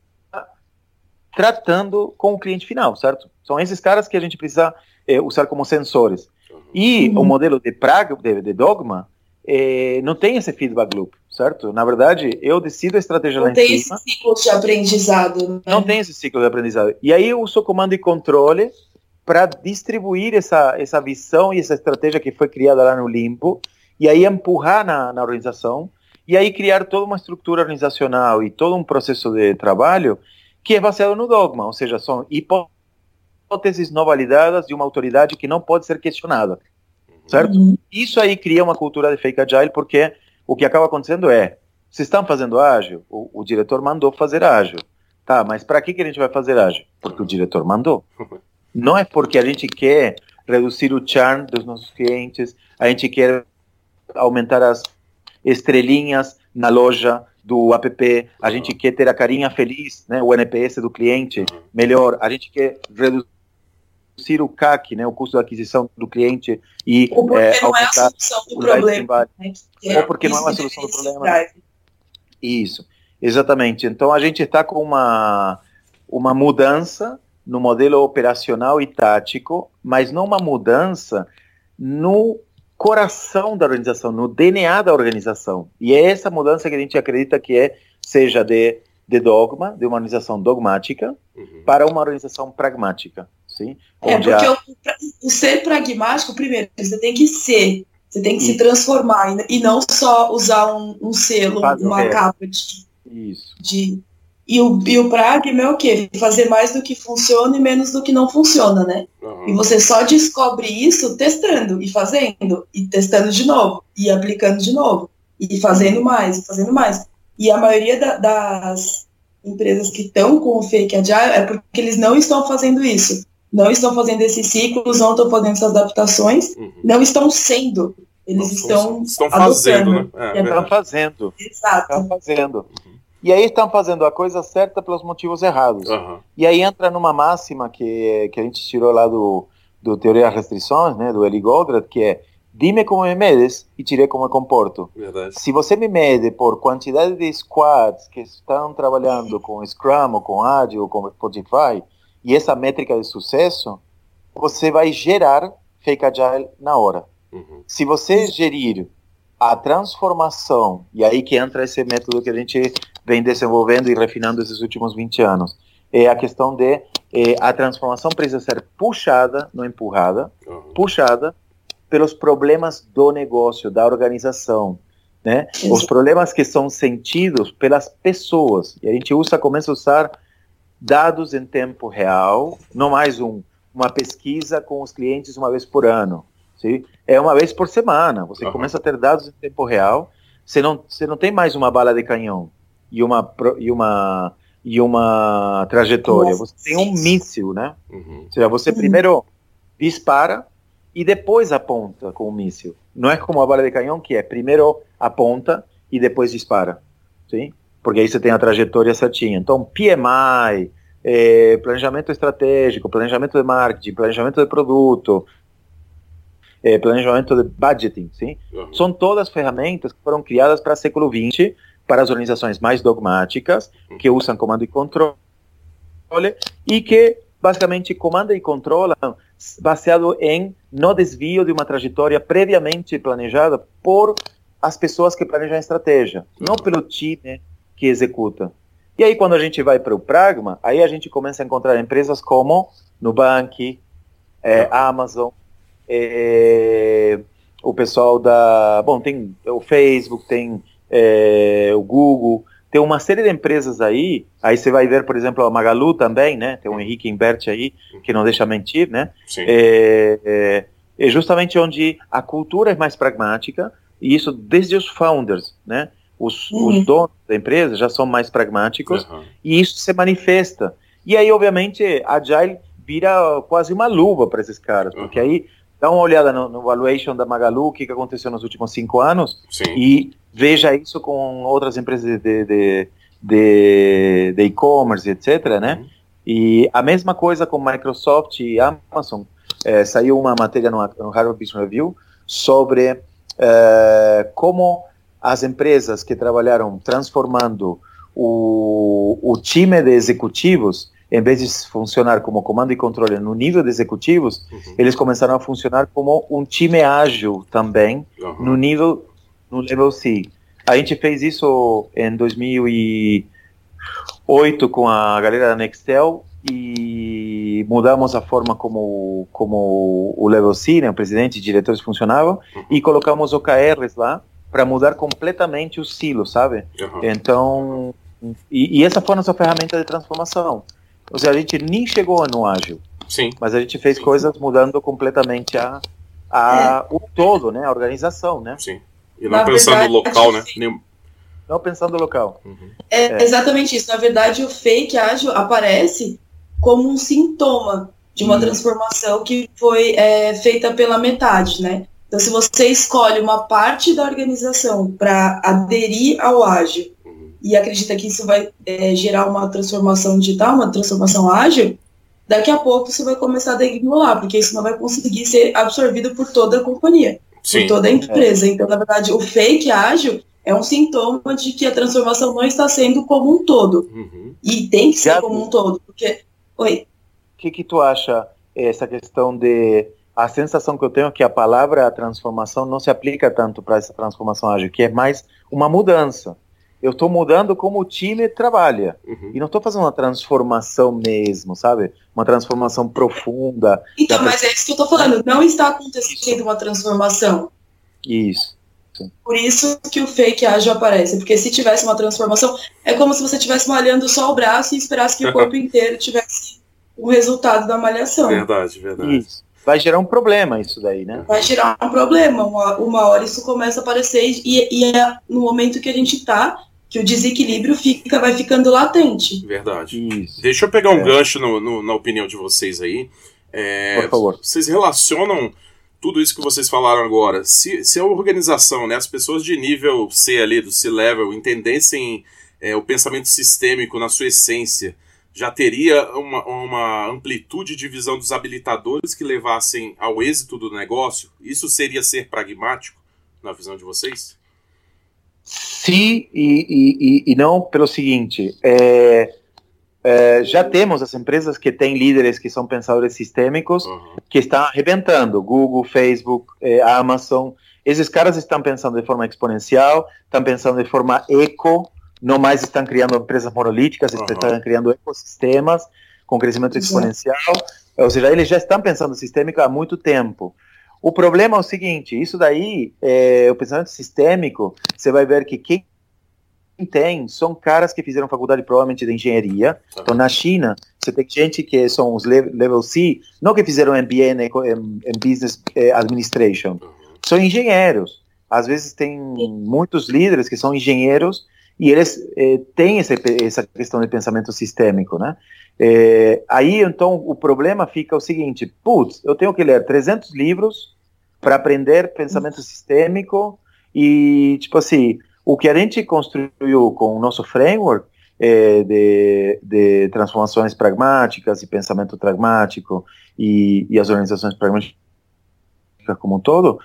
tratando com o cliente final, certo? São esses caras que a gente precisa usar como sensores. E o modelo de dogma não tem esse feedback loop, certo? Na verdade, eu decido a estratégia lá em cima. Não tem esse ciclo de aprendizado. Né? Não tem esse ciclo de aprendizado. E aí eu uso comando e controle para distribuir essa visão e essa estratégia que foi criada lá no limbo, e aí empurrar na organização, e aí criar toda uma estrutura organizacional e todo um processo de trabalho que é baseado no dogma, ou seja, são hipóteses não validadas de uma autoridade que não pode ser questionada, certo? Isso aí cria uma cultura de fake agile, porque o que acaba acontecendo vocês estão fazendo ágil? O diretor mandou fazer ágil. Tá, mas para que a gente vai fazer ágil? Porque o diretor mandou. Não é porque a gente quer reduzir o churn dos nossos clientes, a gente quer aumentar as estrelinhas na loja do app, a gente quer ter a carinha feliz, né, o NPS do cliente melhor, a gente quer reduzir o CAC, né, o custo da aquisição do cliente, e ou porque não é a solução do problema. Né, ou porque não é uma solução do problema. Isso, exatamente. Então a gente está com uma mudança no modelo operacional e tático, mas não uma mudança no coração da organização, no DNA da organização. E é essa mudança que a gente acredita que seja de dogma, de uma organização dogmática, para uma organização pragmática. Sim? Porque o ser pragmático, primeiro, você tem que ser, você tem que se transformar, e não só usar um selo, uma capa de... E o pragma é o quê? Fazer mais do que funciona e menos do que não funciona, né? E você só descobre isso testando e fazendo, e testando de novo, e aplicando de novo, e fazendo mais, e fazendo mais. E a maioria das empresas que estão com o Fake Agile é porque eles não estão fazendo isso. Não estão fazendo esses ciclos, não estão fazendo essas adaptações, não estão sendo. Eles estão fazendo, né? Estão fazendo. Exato. Estão fazendo. E aí estão fazendo a coisa certa pelos motivos errados. E aí entra numa máxima que a gente tirou lá do Teoria das Restrições, né, do Eli Goldratt, que é: dime como me medes e tirei como me comporto. Verdade. Se você me mede por quantidade de squads que estão trabalhando com Scrum, ou com Agile, ou com Spotify, e essa métrica de sucesso, você vai gerar Fake Agile na hora. Se você gerir a transformação, e aí que entra esse método que a gente vem desenvolvendo e refinando esses últimos 20 anos, é a questão de a transformação precisa ser puxada, não empurrada, puxada pelos problemas do negócio, da organização, né? Os problemas que são sentidos pelas pessoas, e a gente começa a usar dados em tempo real, não mais uma pesquisa com os clientes uma vez por ano, sim? É uma vez por semana, você começa a ter dados em tempo real, você não tem mais uma bala de canhão e uma trajetória, você tem um míssil, né? Ou seja, você primeiro dispara e depois aponta com o míssil. Não é como a bala de canhão, que é primeiro aponta e depois dispara, sim? Porque aí você tem a trajetória certinha. Então, PMI, planejamento estratégico, planejamento de marketing, planejamento de produto, planejamento de budgeting, sim? São todas ferramentas que foram criadas para o século XX, para as organizações mais dogmáticas, que usam comando e controle, e que basicamente comandam e controlam baseado no desvio de uma trajetória previamente planejada por as pessoas que planejam a estratégia, não pelo time que executa. E aí quando a gente vai para o pragma, aí a gente começa a encontrar empresas como Nubank, Amazon, o pessoal tem o Facebook, tem o Google, tem uma série de empresas aí você vai ver, por exemplo, a Magalu também, né, tem o Henrique Imbert aí, que não deixa mentir, né, é justamente onde a cultura é mais pragmática, e isso desde os founders, né, os donos da empresa já são mais pragmáticos, e isso se manifesta, e aí obviamente a Agile vira quase uma luva para esses caras, porque aí dá uma olhada no valuation da Magalu, o que aconteceu nos últimos 5 anos, e veja isso com outras empresas de e-commerce, etc., né? E a mesma coisa com Microsoft e Amazon. Saiu uma matéria no Harvard Business Review sobre como as empresas que trabalharam transformando o time de executivos, em vez de funcionar como comando e controle no nível de executivos, eles começaram a funcionar como um time ágil também, no level C. A gente fez isso em 2008 com a galera da Nextel e mudamos a forma como o level C, né, o presidente e diretores funcionavam, e colocamos OKRs lá para mudar completamente o silo, sabe? Então, e essa foi a nossa ferramenta de transformação. Ou seja, a gente nem chegou no ágil, mas a gente fez coisas mudando completamente o todo, né, a organização, né? Sim. E não pensando no local, né? Não pensando no local. Exatamente isso. Na verdade, o fake ágil aparece como um sintoma de uma transformação que foi feita pela metade, né? Então, se você escolhe uma parte da organização para aderir ao ágil e acredita que isso vai gerar uma transformação digital, uma transformação ágil, daqui a pouco você vai começar a degringolar, porque isso não vai conseguir ser absorvido por toda a companhia, por toda a empresa. Então, na verdade, o fake ágil é um sintoma de que a transformação não está sendo como um todo. E tem que ser como um todo, porque... Oi? O que tu acha essa questão de... A sensação que eu tenho é que a palavra transformação não se aplica tanto para essa transformação ágil, que é mais uma mudança. Eu estou mudando como o time trabalha. E não estou fazendo uma transformação mesmo, sabe? Uma transformação profunda. Então, mas é isso que eu estou falando. Não está acontecendo uma transformação. Isso. Por isso que o fake ágil aparece. Porque se tivesse uma transformação, é como se você estivesse malhando só o braço e esperasse que o corpo inteiro tivesse o resultado da malhação. Verdade. Isso. Vai gerar um problema isso daí, né? Vai gerar um problema. Uma hora isso começa a aparecer e é no momento que a gente está, que o desequilíbrio vai ficando latente. Verdade. Isso. Deixa eu pegar um gancho na opinião de vocês aí. Por favor. Vocês relacionam tudo isso que vocês falaram agora? Se a organização, né, as pessoas de nível C ali, do C-level, entendessem o pensamento sistêmico na sua essência, já teria uma amplitude de visão dos habilitadores que levassem ao êxito do negócio? Isso seria ser pragmático, na visão de vocês? Sim, e não pelo seguinte, já temos as empresas que têm líderes que são pensadores sistêmicos, que estão arrebentando, Google, Facebook, Amazon, esses caras estão pensando de forma exponencial, estão pensando de forma eco, não mais estão criando empresas monolíticas, estão criando ecossistemas com crescimento exponencial, ou seja, eles já estão pensando sistêmico há muito tempo. O problema é o seguinte, isso daí, o pensamento sistêmico, você vai ver que quem tem são caras que fizeram faculdade provavelmente de engenharia. Então, na China, você tem gente que são os level C, não que fizeram MBA em Business Administration, são engenheiros. Às vezes tem muitos líderes que são engenheiros e eles têm essa questão de pensamento sistêmico, né? Aí, então, o problema fica o seguinte, eu tenho que ler 300 livros para aprender pensamento sistêmico e, tipo assim, o que a gente construiu com o nosso framework de transformações pragmáticas e pensamento pragmático e as organizações pragmáticas como um todo,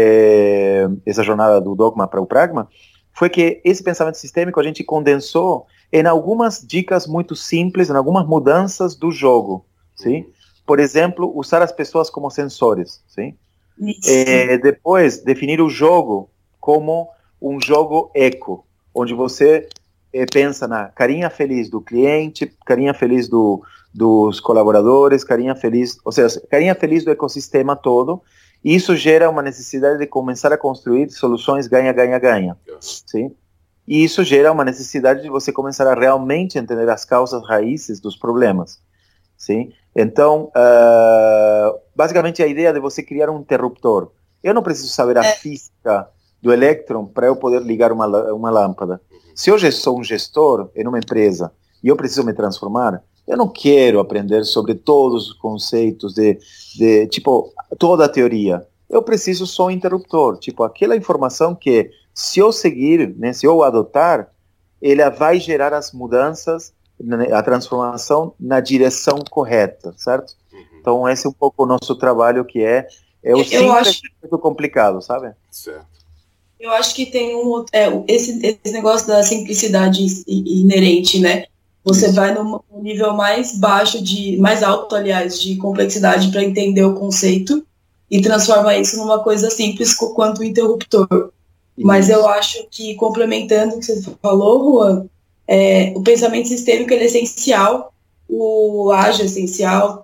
essa jornada do dogma para o pragma, foi que esse pensamento sistêmico a gente condensou em algumas dicas muito simples, em algumas mudanças do jogo, sim? Por exemplo, usar as pessoas como sensores, sim? Depois, definir o jogo como um jogo eco, onde você pensa na carinha feliz do cliente, carinha feliz dos colaboradores, carinha feliz do ecossistema todo, e isso gera uma necessidade de começar a construir soluções ganha-ganha-ganha, sim? E isso gera uma necessidade de você começar a realmente entender as causas raízes dos problemas, sim? Então, basicamente a ideia de você criar um interruptor. Eu não preciso saber a física do elétron para eu poder ligar uma lâmpada. Se eu sou um gestor em uma empresa e eu preciso me transformar, eu não quero aprender sobre todos os conceitos tipo, toda a teoria. Eu preciso só um interruptor, tipo, aquela informação que, se eu seguir, né, se eu adotar, ela vai gerar as mudanças, a transformação na direção correta, certo? Então, esse é um pouco o nosso trabalho, que é o simples muito complicado, sabe? Certo. Eu acho que tem esse negócio da simplicidade inerente, né? Você vai no nível mais baixo, mais alto, aliás, de complexidade para entender o conceito e transforma isso numa coisa simples quanto o interruptor. Mas eu acho que, complementando o que você falou, Juan, o pensamento sistêmico ele é essencial, o ágil é essencial,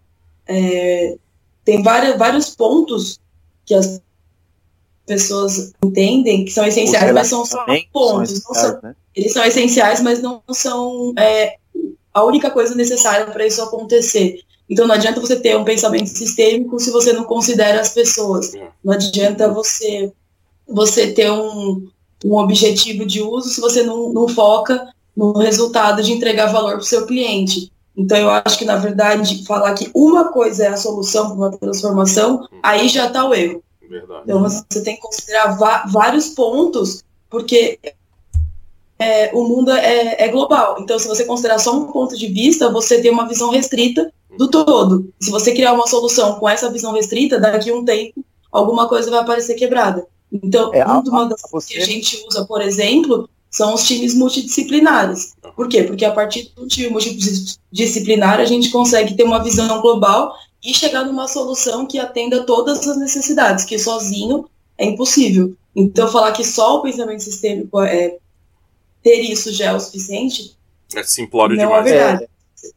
tem vários pontos que as pessoas entendem que são essenciais, mas são só pontos. Eles são essenciais, mas não são a única coisa necessária para isso acontecer. Então não adianta você ter um pensamento sistêmico se você não considera as pessoas. Não adianta você ter um objetivo de uso se você não foca no resultado de entregar valor para o seu cliente. Então eu acho que, na verdade, falar que uma coisa é a solução para uma transformação, aí já está o erro. Verdade. Então você tem que considerar vários pontos, porque o mundo é global. Então, se você considerar só um ponto de vista, você tem uma visão restrita do todo. Se você criar uma solução com essa visão restrita, daqui a um tempo, alguma coisa vai aparecer quebrada. Então, uma das coisas que a gente usa, por exemplo, são os times multidisciplinares. Por quê? Porque a partir do time multidisciplinar, a gente consegue ter uma visão global e chegar numa solução que atenda todas as necessidades, que sozinho é impossível. Então, falar que só o pensamento sistêmico ter isso já é o suficiente, é simplório não demais. É verdade.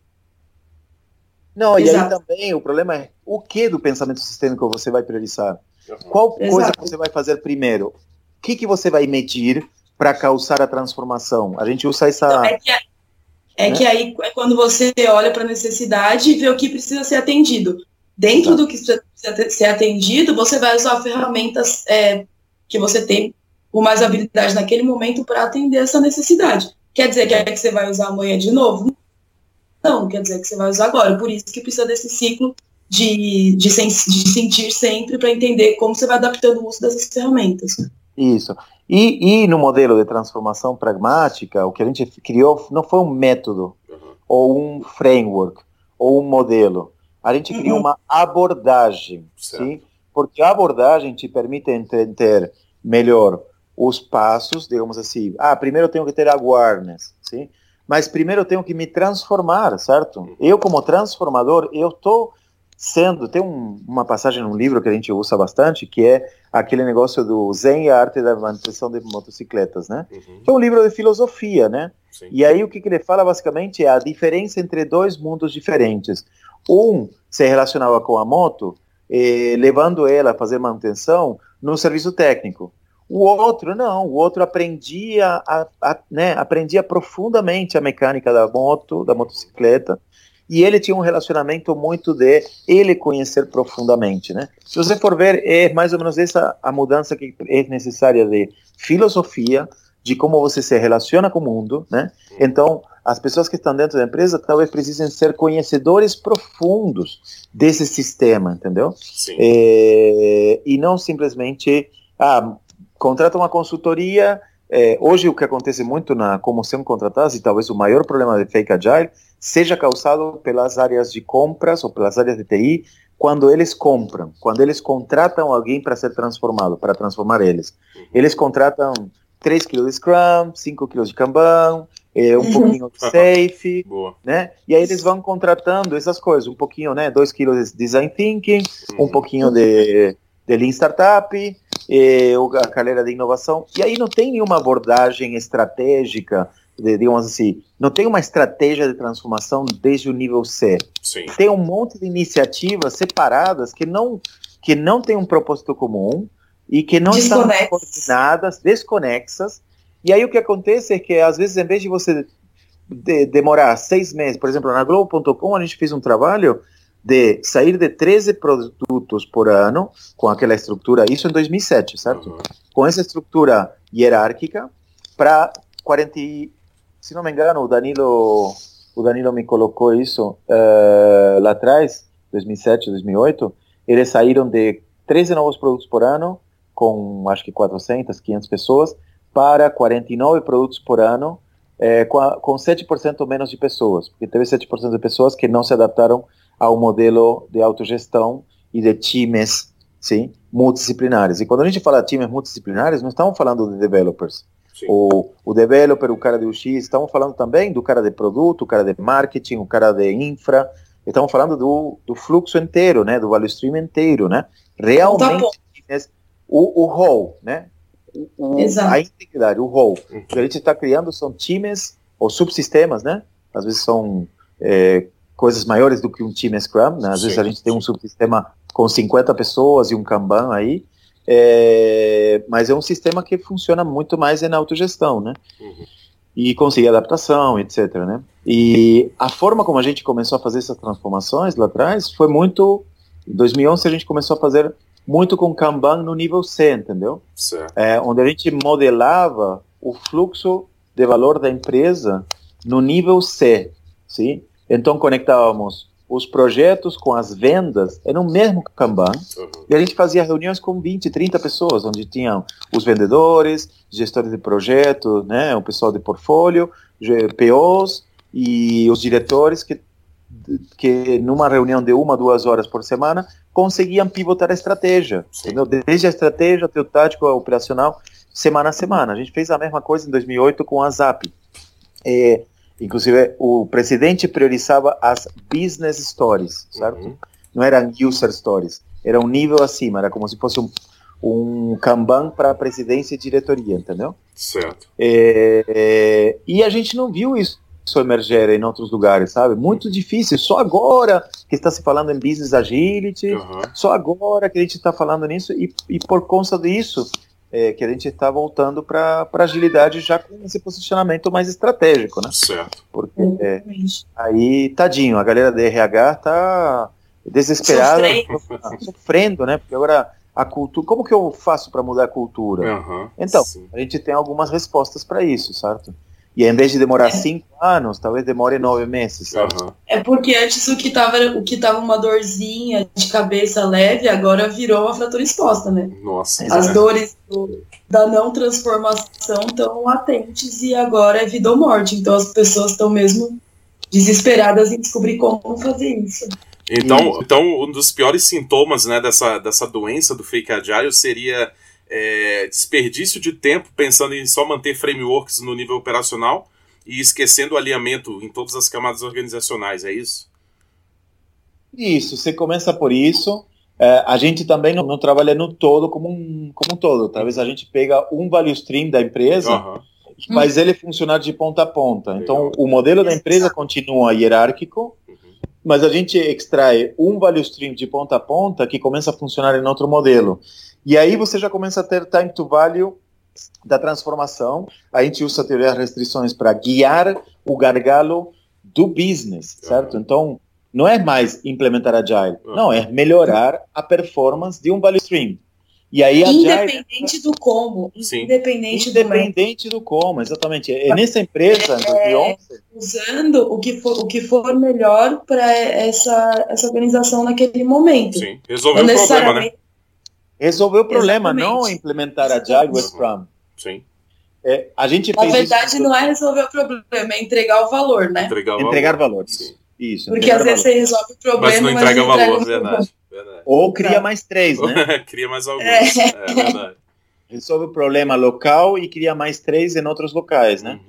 Não, e Exato. aí também o problema é o que do pensamento sistêmico você vai priorizar? Qual coisa que você vai fazer primeiro? O que você vai medir para causar a transformação? A gente usa essa... Então, que aí é quando você olha para a necessidade e vê o que precisa ser atendido. Dentro do que precisa ser atendido, você vai usar ferramentas que você tem com mais habilidade naquele momento para atender essa necessidade. Quer dizer que você vai usar amanhã de novo? Não, quer dizer que você vai usar agora. Por isso que precisa desse ciclo de sentir sempre para entender como você vai adaptando o uso dessas ferramentas. Isso. E no modelo de transformação pragmática, o que a gente criou não foi um método, ou um framework, ou um modelo. A gente criou uma abordagem, sim? Porque a abordagem te permite entender melhor os passos, digamos assim. Primeiro eu tenho que ter awareness, sim? Mas primeiro eu tenho que me transformar, certo? Eu, como transformador, eu estou sendo... Tem uma passagem num livro que a gente usa bastante, que é aquele negócio do Zen e a Arte da Manutenção de Motocicletas, né? Que é um livro de filosofia, né? Sim. E aí o que ele fala, basicamente, é a diferença entre dois mundos diferentes. Um se relacionava com a moto, levando ela a fazer manutenção no serviço técnico. O outro, não. O outro aprendia profundamente a mecânica da moto, da motocicleta, e ele tinha um relacionamento muito de ele conhecer profundamente, né? Se você for ver, é mais ou menos essa a mudança que é necessária de filosofia, de como você se relaciona com o mundo, né? Então, as pessoas que estão dentro da empresa talvez precisem ser conhecedores profundos desse sistema, entendeu? Sim. E não simplesmente, contrata uma consultoria. Hoje o que acontece muito como são contratadas, e talvez o maior problema de Fake Agile, seja causado pelas áreas de compras ou pelas áreas de TI, quando eles compram, quando eles contratam alguém para ser transformado, para transformar eles. Eles contratam 3 kg de Scrum, 5 kg de Kanban, um pouquinho de Safe, né? E aí eles vão contratando essas coisas, um pouquinho, né? 2 kg de Design Thinking, um pouquinho de Lean Startup, a carreira de inovação, e aí não tem nenhuma abordagem estratégica, digamos assim, não tem uma estratégia de transformação desde o nível C. Sim. Tem um monte de iniciativas separadas que não têm um propósito comum e que não estão coordenadas, desconexas, e aí o que acontece é que às vezes em vez de você demorar 6 meses, por exemplo, na Globo.com a gente fez um trabalho de sair de 13 produtos por ano, com aquela estrutura, isso em 2007, certo? Com essa estrutura hierárquica, para 40, se não me engano, o Danilo me colocou isso lá atrás, 2007, 2008, eles saíram de 13 novos produtos por ano, com acho que 400, 500 pessoas, para 49 produtos por ano, com 7% menos de pessoas, porque teve 7% de pessoas que não se adaptaram ao modelo de autogestão e de times, sim, multidisciplinares. E quando a gente fala de times multidisciplinares, não estamos falando de developers. O developer, o cara de UX, estamos falando também do cara de produto, o cara de marketing, o cara de infra, estamos falando do fluxo inteiro, né, do value stream inteiro, né, realmente o whole, né, a integridade, o whole. O que a gente está criando são times ou subsistemas, né, às vezes são coisas maiores do que um time Scrum, né? Às vezes a gente tem um subsistema com 50 pessoas e um Kanban aí, mas é um sistema que funciona muito mais na autogestão, né? E conseguir adaptação, etc, né? E a forma como a gente começou a fazer essas transformações lá atrás foi muito... Em 2011 a gente começou a fazer muito com Kanban no nível C, entendeu? Onde a gente modelava o fluxo de valor da empresa no nível C, sim? Então conectávamos os projetos com as vendas no mesmo Kanban, e a gente fazia reuniões com 20, 30 pessoas, onde tinham os vendedores, gestores de projeto, né, o pessoal de portfólio, POs e os diretores que numa reunião de 1 a 2 horas por semana conseguiam pivotar a estratégia, entendeu? Desde a estratégia até o tático, a operacional, semana a semana. A gente fez a mesma coisa em 2008 com a Zap. Inclusive, o presidente priorizava as business stories, certo? Não eram user stories, era um nível acima, era como se fosse um Kanban para a presidência e diretoria, entendeu? Certo. E a gente não viu isso emerger em outros lugares, sabe? Muito difícil, só agora que está se falando em business agility, só agora que a gente está falando nisso, e por conta disso, que a gente está voltando para agilidade já com esse posicionamento mais estratégico, né? Certo. Porque aí, tadinho, a galera da RH tá desesperada, sofrendo, né? Porque agora a cultura, como que eu faço para mudar a cultura? Então, a gente tem algumas respostas para isso, certo? E em vez de demorar 5 anos, talvez demore 9 meses, sabe? É porque antes o que tava uma dorzinha de cabeça leve, agora virou uma fratura exposta, né? Nossa. As dores da não transformação estão latentes e agora é vida ou morte. Então as pessoas estão mesmo desesperadas em descobrir como fazer isso. Então um dos piores sintomas, né, dessa doença do fake agile seria desperdício de tempo pensando em só manter frameworks no nível operacional e esquecendo o alinhamento em todas as camadas organizacionais, é isso? Isso, você começa por isso. A gente também não trabalha no todo como um todo. Talvez a gente pega um value stream da empresa e faz ele funcionar de ponta a ponta. Então, o modelo da empresa continua hierárquico, mas a gente extrai um value stream de ponta a ponta que começa a funcionar em outro modelo. E aí você já começa a ter time to value da transformação. A gente usa a teoria das restrições para guiar o gargalo do business, certo? Então, não é mais implementar Agile, não, é melhorar a performance de um value stream. E aí, independente do como. Independente do como, exatamente. Nessa empresa, em 2011... Usando o que for melhor para essa organização naquele momento. Sim, resolver o problema, né? Resolver o problema, não implementar Agile ou Scrum. Sim. A gente Na verdade, não é resolver o problema, é entregar o valor, né? Entregar valor. Isso. Porque às vezes você resolve o problema, mas não entrega valor, verdade. Ou cria mais 3, né? Cria mais alguns, verdade. Resolve o problema local e cria mais 3 em outros locais, né?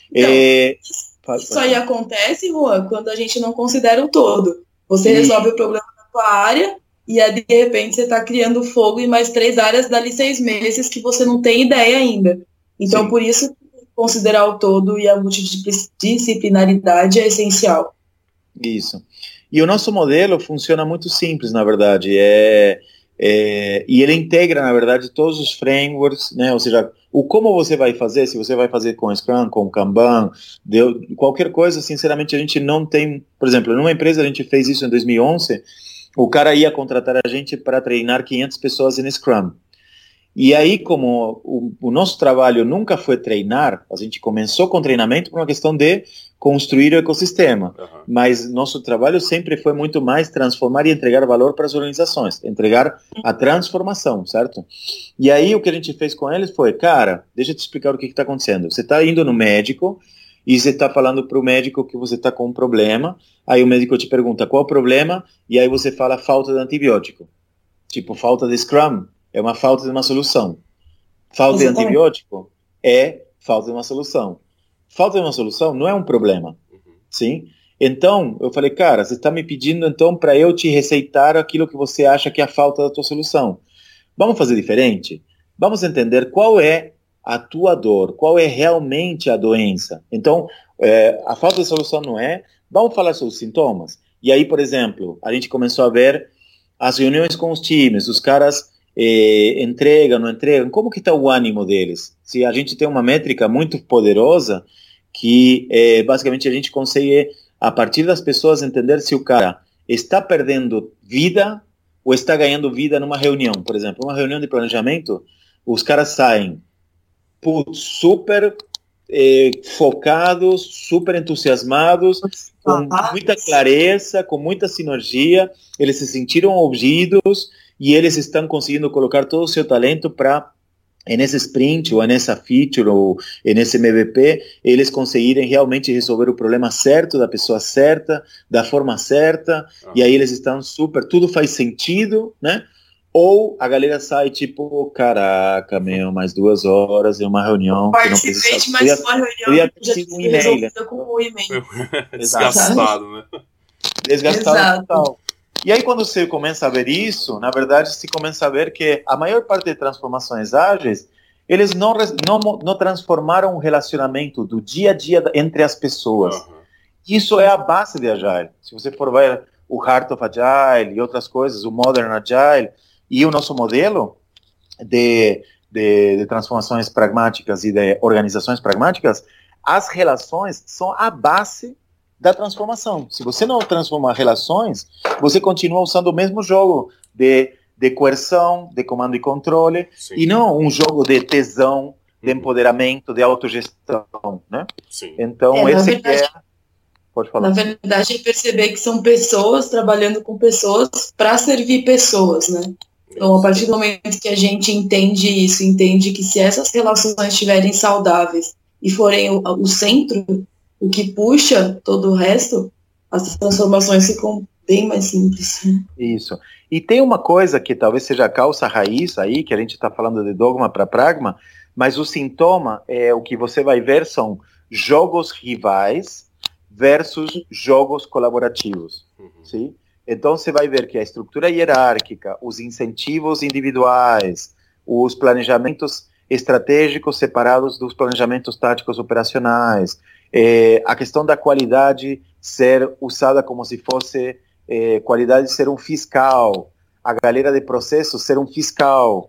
Então, isso aí acontece, Juan, quando a gente não considera o todo. Você resolve o problema da sua área e aí, de repente, você está criando fogo em mais 3 áreas dali 6 meses que você não tem ideia ainda. Então, por isso, considerar o todo e a multidisciplinaridade é essencial. Isso. E o nosso modelo funciona muito simples, na verdade. E ele integra, na verdade, todos os frameworks, né? Ou seja, o como você vai fazer, se você vai fazer com Scrum, com Kanban, qualquer coisa, sinceramente, a gente não tem... Por exemplo, numa empresa, a gente fez isso em 2011, o cara ia contratar a gente para treinar 500 pessoas em Scrum. E aí, como o nosso trabalho nunca foi treinar, a gente começou com treinamento por uma questão de construir o ecossistema. Mas nosso trabalho sempre foi muito mais transformar e entregar valor para as organizações, entregar a transformação, certo? E aí o que a gente fez com eles foi, cara, deixa eu te explicar o que está acontecendo. Você está indo no médico e você está falando para o médico que você está com um problema, aí o médico te pergunta qual é o problema, e aí você fala falta de antibiótico. Tipo, falta de Scrum é uma falta de uma solução. Falta de antibiótico é falta de uma solução. Falta de uma solução não é um problema, sim? Então, eu falei, cara, você está me pedindo então para eu te receitar aquilo que você acha que é a falta da tua solução. Vamos fazer diferente? Vamos entender qual é a tua dor, qual é realmente a doença. Então, a falta de solução não é, vamos falar sobre os sintomas. E aí, por exemplo, a gente começou a ver as reuniões com os times, os caras entregam, não entregam, como que está o ânimo deles? Se a gente tem uma métrica muito poderosa, que basicamente a gente consegue, a partir das pessoas, entender se o cara está perdendo vida ou está ganhando vida numa reunião. Por exemplo, uma reunião de planejamento, os caras saem super focados, super entusiasmados, com muita clareza, com muita sinergia, eles se sentiram ouvidos e eles estão conseguindo colocar todo o seu talento para, nesse sprint, ou nessa feature, ou nesse MVP, eles conseguirem realmente resolver o problema certo, da pessoa certa, da forma certa, e aí eles estão super, tudo faz sentido, né? Ou a galera sai tipo, caraca, mais 2 horas em uma reunião. Participei de mais uma reunião. Podia ter sido um e-mail. Com um e-mail. Desgastado, né? Desgastado total. E aí quando você começa a ver isso, na verdade você começa a ver que a maior parte de transformações ágeis, eles não transformaram o relacionamento do dia a dia entre as pessoas. Isso é a base de Agile. Se você for ver o Heart of Agile e outras coisas, o Modern Agile, e o nosso modelo de transformações pragmáticas e de organizações pragmáticas, as relações são a base da transformação. Se você não transformar relações, você continua usando o mesmo jogo de coerção, de comando e controle, sim, e não um jogo de tesão, de empoderamento, de autogestão, né? Sim. Então, esse verdade, pode falar. Na verdade, é perceber que são pessoas trabalhando com pessoas para servir pessoas, né? Então, a partir do momento que a gente entende isso, entende que se essas relações estiverem saudáveis e forem o centro, o que puxa todo o resto, as transformações ficam bem mais simples. Isso. E tem uma coisa que talvez seja a causa raiz aí, que a gente está falando de dogma para pragma, mas o sintoma, o que você vai ver são jogos rivais versus jogos colaborativos, sim? Então, você vai ver que a estrutura hierárquica, os incentivos individuais, os planejamentos estratégicos separados dos planejamentos táticos operacionais, a questão da qualidade ser usada como se fosse qualidade de ser um fiscal, a galera de processo ser um fiscal,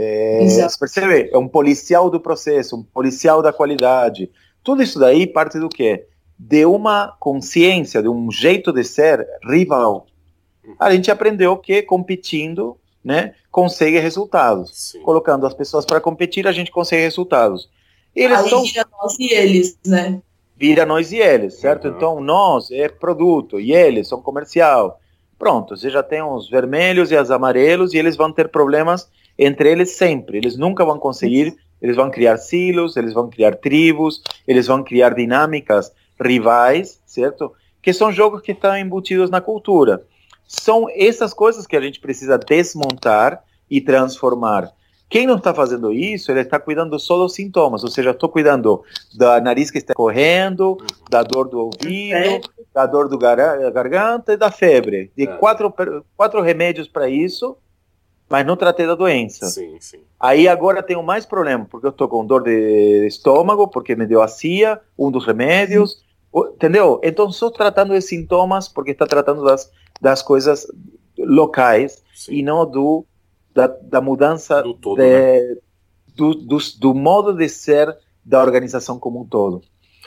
você percebe? É um policial do processo, um policial da qualidade. Tudo isso daí parte do quê? De uma consciência, de um jeito de ser rival. A gente aprendeu que competindo, né, consegue resultados. Sim. Colocando as pessoas para competir, a gente consegue resultados. Eles aí vira nós e eles, né? Vira nós e eles, certo? Então, nós é produto e eles são comercial. Pronto, você já tem os vermelhos e os amarelos e eles vão ter problemas entre eles sempre. Eles nunca vão conseguir, eles vão criar silos, eles vão criar tribos, eles vão criar dinâmicas rivais, certo? Que são jogos que estão embutidos na cultura. São essas coisas que a gente precisa desmontar e transformar. Quem não está fazendo isso, ele está cuidando só dos sintomas, ou seja, estou cuidando da nariz que está correndo, da dor do ouvido, da dor da garganta e da febre. De quatro remédios para isso, mas não tratei da doença. Sim, sim. Aí agora tenho mais problema, porque eu estou com dor de estômago, porque me deu azia, um dos remédios, entendeu? Então, só tratando de sintomas, porque está tratando das coisas locais, sim, e não da mudança do, todo, né? do modo de ser da organização como um todo.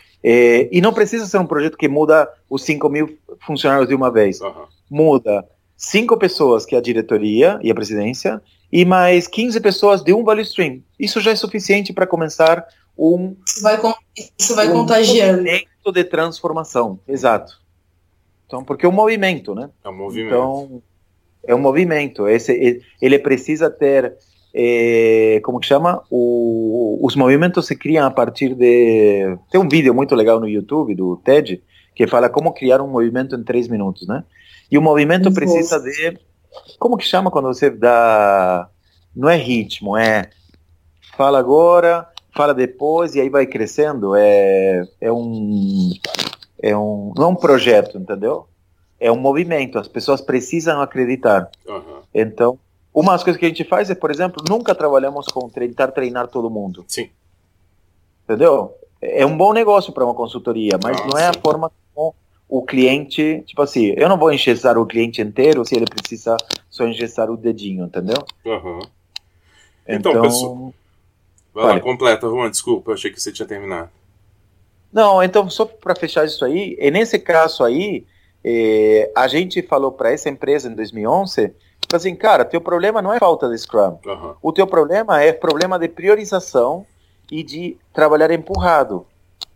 E não precisa ser um projeto que muda os 5.000 funcionários de uma vez. Muda 5 pessoas, que é a diretoria e a presidência, e mais 15 pessoas de um value stream. Isso já é suficiente para começar Isso vai contagiando. Movimento de transformação, exato. Então, porque é um movimento, né? É um movimento. Então, é um movimento. Ele precisa ter, como que chama? Os movimentos se criam a partir de... Tem um vídeo muito legal no YouTube, do TED, que fala como criar um movimento em 3 minutos, né? E o movimento precisa de... Como que chama quando você dá... Não é ritmo, fala agora, fala depois, e aí vai crescendo. Não é um projeto, entendeu? É um movimento, as pessoas precisam acreditar. Então, uma das coisas que a gente faz é, por exemplo, nunca trabalhamos com tentar treinar todo mundo. Sim. Entendeu? É um bom negócio para uma consultoria, mas não é sim, a forma como o cliente, tipo assim, eu não vou engessar o cliente inteiro se ele precisa só engessar o dedinho, entendeu? Então, pessoal, vai lá, completa, Juan, desculpa, eu achei que você tinha terminado. Não, então, só para fechar isso aí, e nesse caso aí, a gente falou para essa empresa em 2011, assim, cara, teu problema não é falta de Scrum, o teu problema é problema de priorização e de trabalhar empurrado.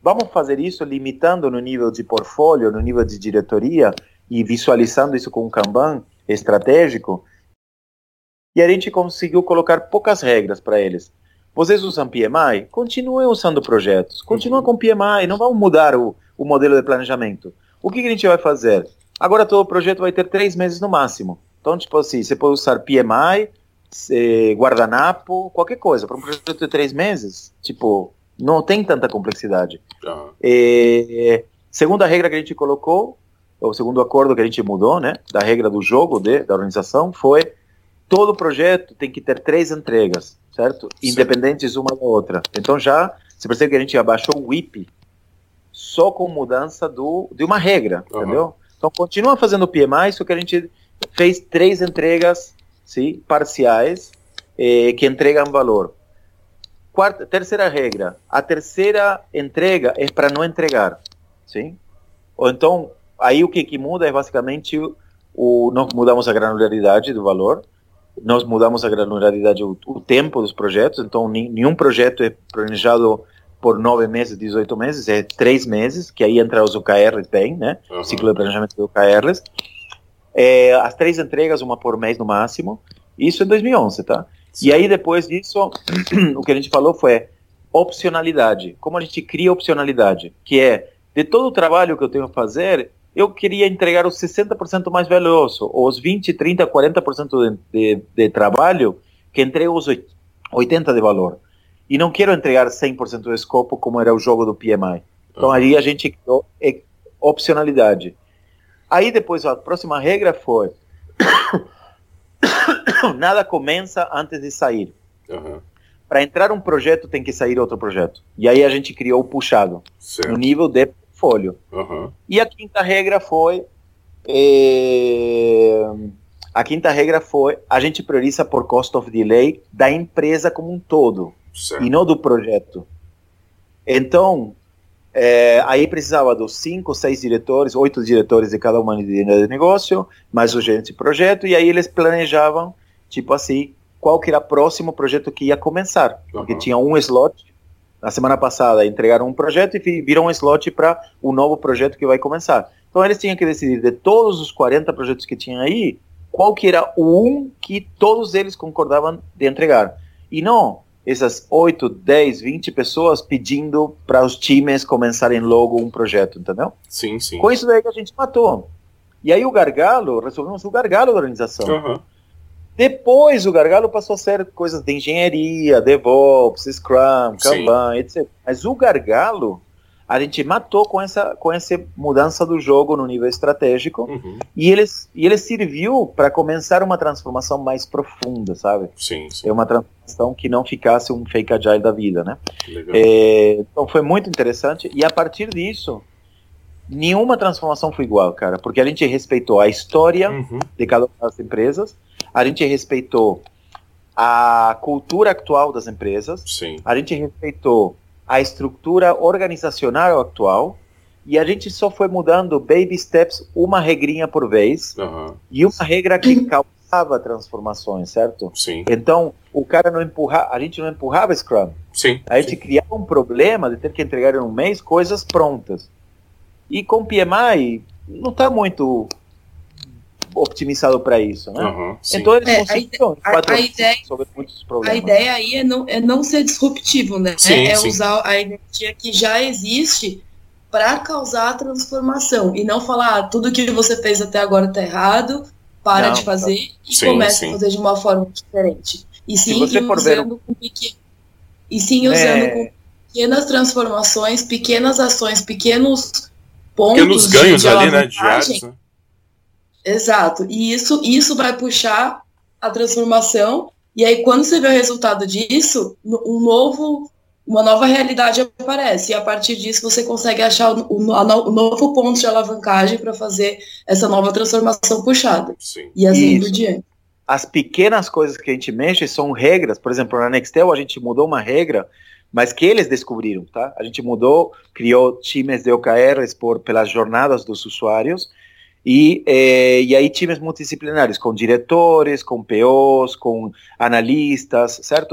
vamos fazer isso limitando no nível de portfólio, no nível de diretoria e visualizando isso com um Kanban estratégico. E a gente conseguiu colocar poucas regras para eles. Vocês usam PMI? Continuem usando projetos. Continuem com PMI, não vamos mudar o modelo de planejamento. O que a gente vai fazer? Agora todo projeto vai ter 3 meses no máximo. Então, tipo assim, você pode usar PMI, guardanapo, qualquer coisa. Para um projeto de 3 meses, tipo, não tem tanta complexidade. Segunda regra que a gente colocou, o segundo acordo que a gente mudou, né, da regra do jogo da organização, foi todo projeto tem que ter 3 entregas, certo? Independentes uma da outra. Então já, você percebe que a gente abaixou o WIP só com mudança de uma regra, entendeu? Então continua fazendo o PMI, só que a gente fez 3 entregas, sim, parciais, que entregam valor. Terceira regra, a terceira entrega é para não entregar, sim? Ou então, aí o que muda é basicamente, nós mudamos a granularidade do valor, nós mudamos a granularidade, o tempo dos projetos, então nenhum projeto é planejado por 9 meses, 18 meses, é 3 meses, que aí entra os OKRs bem, né? Ciclo de planejamento de OKRs. As 3 entregas, uma por mês no máximo, isso em 2011, tá? Sim. E aí depois disso, o que a gente falou foi opcionalidade. Como a gente cria opcionalidade, que é, de todo o trabalho que eu tenho a fazer, eu queria entregar os 60% mais valioso, ou os 20, 30, 40% de trabalho, que entrego os 80% de valor. E não quero entregar 100% do escopo, como era o jogo do PMI. Então, aí a gente criou opcionalidade. Aí, depois, a próxima regra foi nada começa antes de sair. Para entrar um projeto, tem que sair outro projeto. E aí a gente criou o puxado, no nível de portfólio. E a quinta regra foi a gente prioriza por cost of delay da empresa como um todo, e não do projeto. Então, aí precisava dos 5, 6 diretores, 8 diretores de cada uma unidade de negócio, mais o gerente de projeto, e aí eles planejavam, tipo assim, qual que era o próximo projeto que ia começar. Porque tinha um slot, na semana passada entregaram um projeto e viram um slot para o novo projeto que vai começar. Então eles tinham que decidir, de todos os 40 projetos que tinham aí, qual que era o que todos eles concordavam de entregar. E não essas 8, 10, 20 pessoas pedindo para os times começarem logo um projeto, entendeu? Sim, sim. Com isso daí que a gente matou. E aí resolvemos o gargalo da organização. Depois o gargalo passou a ser coisas de engenharia, DevOps, Scrum, Kanban, etc. Mas o gargalo a gente matou com essa mudança do jogo no nível estratégico, e ele serviu para começar uma transformação mais profunda, sabe? Sim. É uma transformação que não ficasse um fake agile da vida, né? Então foi muito interessante, e a partir disso, nenhuma transformação foi igual, cara, porque a gente respeitou a história de cada uma das empresas, a gente respeitou a cultura atual das empresas, a gente respeitou a estrutura organizacional atual, e a gente só foi mudando baby steps, uma regrinha por vez, e uma regra que causava transformações, certo? Então, a gente não empurrava Scrum. A gente criava um problema de ter que entregar em um mês coisas prontas. E com PMI, não está muito optimizado para isso, né? Então eles conseguiram resolver muitos problemas. A ideia aí é não ser disruptivo, né? Usar a energia que já existe para causar a transformação, e não falar, tudo que você fez até agora está errado, de fazer e começa a fazer de uma forma diferente. E sim, usando com pequenas transformações, pequenas ações, pequenos pontos, pequenos ganhos ali, né, diários, né? Exato, e isso vai puxar a transformação, e aí quando você vê o resultado disso, uma nova realidade aparece, e a partir disso você consegue achar o novo ponto de alavancagem para fazer essa nova transformação puxada. E assim por diante. As pequenas coisas que a gente mexe são regras. Por exemplo, na Nextel a gente mudou uma regra, mas que eles descobriram, tá? A gente criou times de OKRs pelas jornadas dos usuários, e aí times multidisciplinares, com diretores, com POs, com analistas, certo?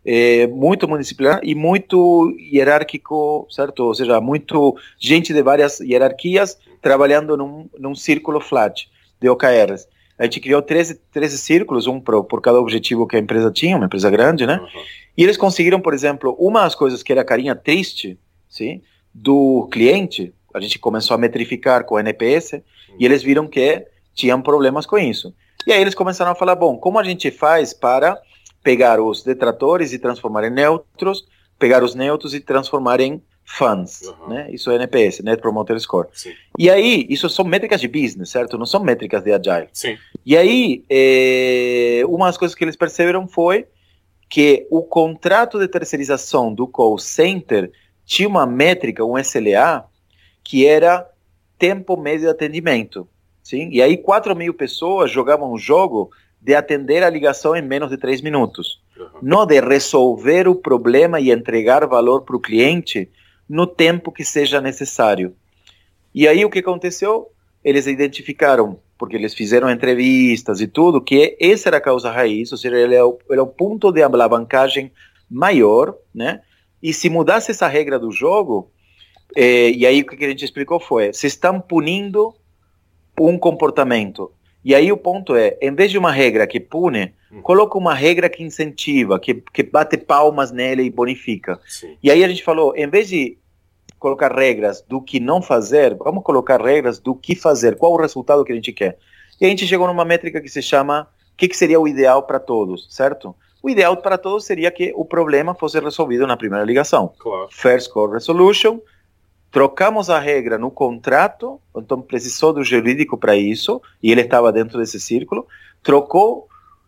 muito multidisciplinar e muito hierárquico, certo? Ou seja, muito gente de várias hierarquias trabalhando num círculo flat de OKRs. A gente criou 13 círculos, um por cada objetivo que a empresa tinha, uma empresa grande, né? Uhum. E eles conseguiram, por exemplo, uma das coisas que era a carinha triste, sim, do cliente, a gente começou a metrificar com o NPS, e eles viram que tinham problemas com isso. E aí eles começaram a falar, bom, como a gente faz para pegar os detratores e transformar em neutros, pegar os neutros e transformar em fãs, né? Isso é NPS, Net Promoter Score. Sim. E aí, isso são métricas de business, certo? Não são métricas de Agile. Sim. E aí, uma das coisas que eles perceberam foi que o contrato de terceirização do call center tinha uma métrica, um SLA, que era tempo médio de atendimento. Sim? E aí 4.000 pessoas jogavam o jogo de atender a ligação em menos de 3 minutos. Não de resolver o problema e entregar valor para o cliente no tempo que seja necessário. E aí o que aconteceu? Eles identificaram, porque eles fizeram entrevistas e tudo, que essa era a causa raiz, ou seja, ele é o ponto de alavancagem maior, né? E se mudasse essa regra do jogo, e aí o que a gente explicou foi, se estão punindo um comportamento. E aí o ponto é, em vez de uma regra que pune, coloca uma regra que incentiva, que bate palmas nele e bonifica. Sim. E aí a gente falou, em vez de colocar regras do que não fazer, vamos colocar regras do que fazer, qual o resultado que a gente quer. E a gente chegou numa métrica que se chama, o que seria o ideal para todos, certo? O ideal para todos seria que o problema fosse resolvido na primeira ligação. Claro. First Call Resolution. Trocamos a regra no contrato, então precisou do jurídico para isso, e ele estava dentro desse círculo, trocou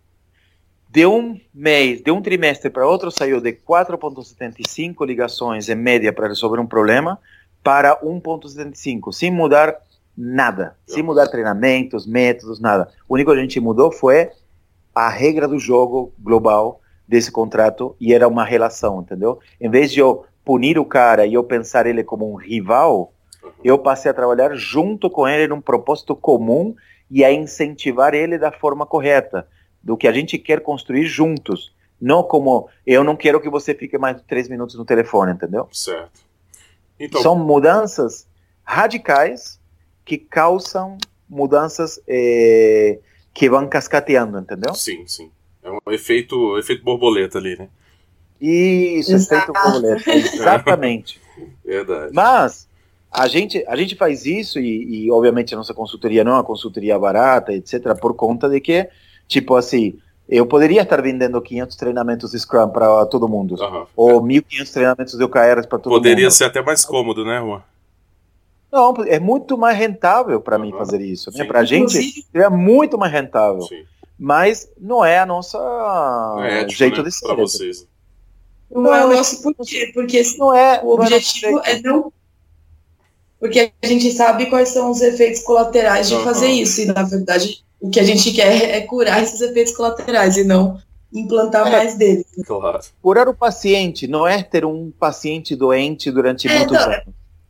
de um mês, de um trimestre para outro, saiu de 4,75 ligações em média para resolver um problema, para 1,75, sem mudar nada, sem mudar treinamentos, métodos, nada. O único que a gente mudou foi a regra do jogo global desse contrato, e era uma relação, entendeu? Em vez de eu punir o cara e eu pensar ele como um rival, eu passei a trabalhar junto com ele num propósito comum e a incentivar ele da forma correta, do que a gente quer construir juntos. Não como, eu não quero que você fique mais de 3 minutos no telefone, entendeu? Certo. Então... São mudanças radicais que causam mudanças que vão cascateando, entendeu? Sim, sim. É um efeito borboleta ali, né? Isso, efeito borboleta, exatamente. Verdade. Mas a gente faz isso e obviamente a nossa consultoria não é uma consultoria barata, etc, por conta de que, tipo assim, eu poderia estar vendendo 500 treinamentos de Scrum para todo mundo, ou 1.500 treinamentos de OKRs para todo mundo. Poderia ser até mais cômodo, né, Juan? Não, é muito mais rentável para mim fazer isso, né? Para a gente é muito mais rentável. Sim. Mas não é a nossa jeito, né, de ser. Para vocês. Não é o nosso porquê, porque não é, o objetivo é não... Porque a gente sabe quais são os efeitos colaterais de fazer isso, e na verdade o que a gente quer é curar esses efeitos colaterais e não implantar mais deles. Claro. Curar o paciente não é ter um paciente doente durante muitos anos.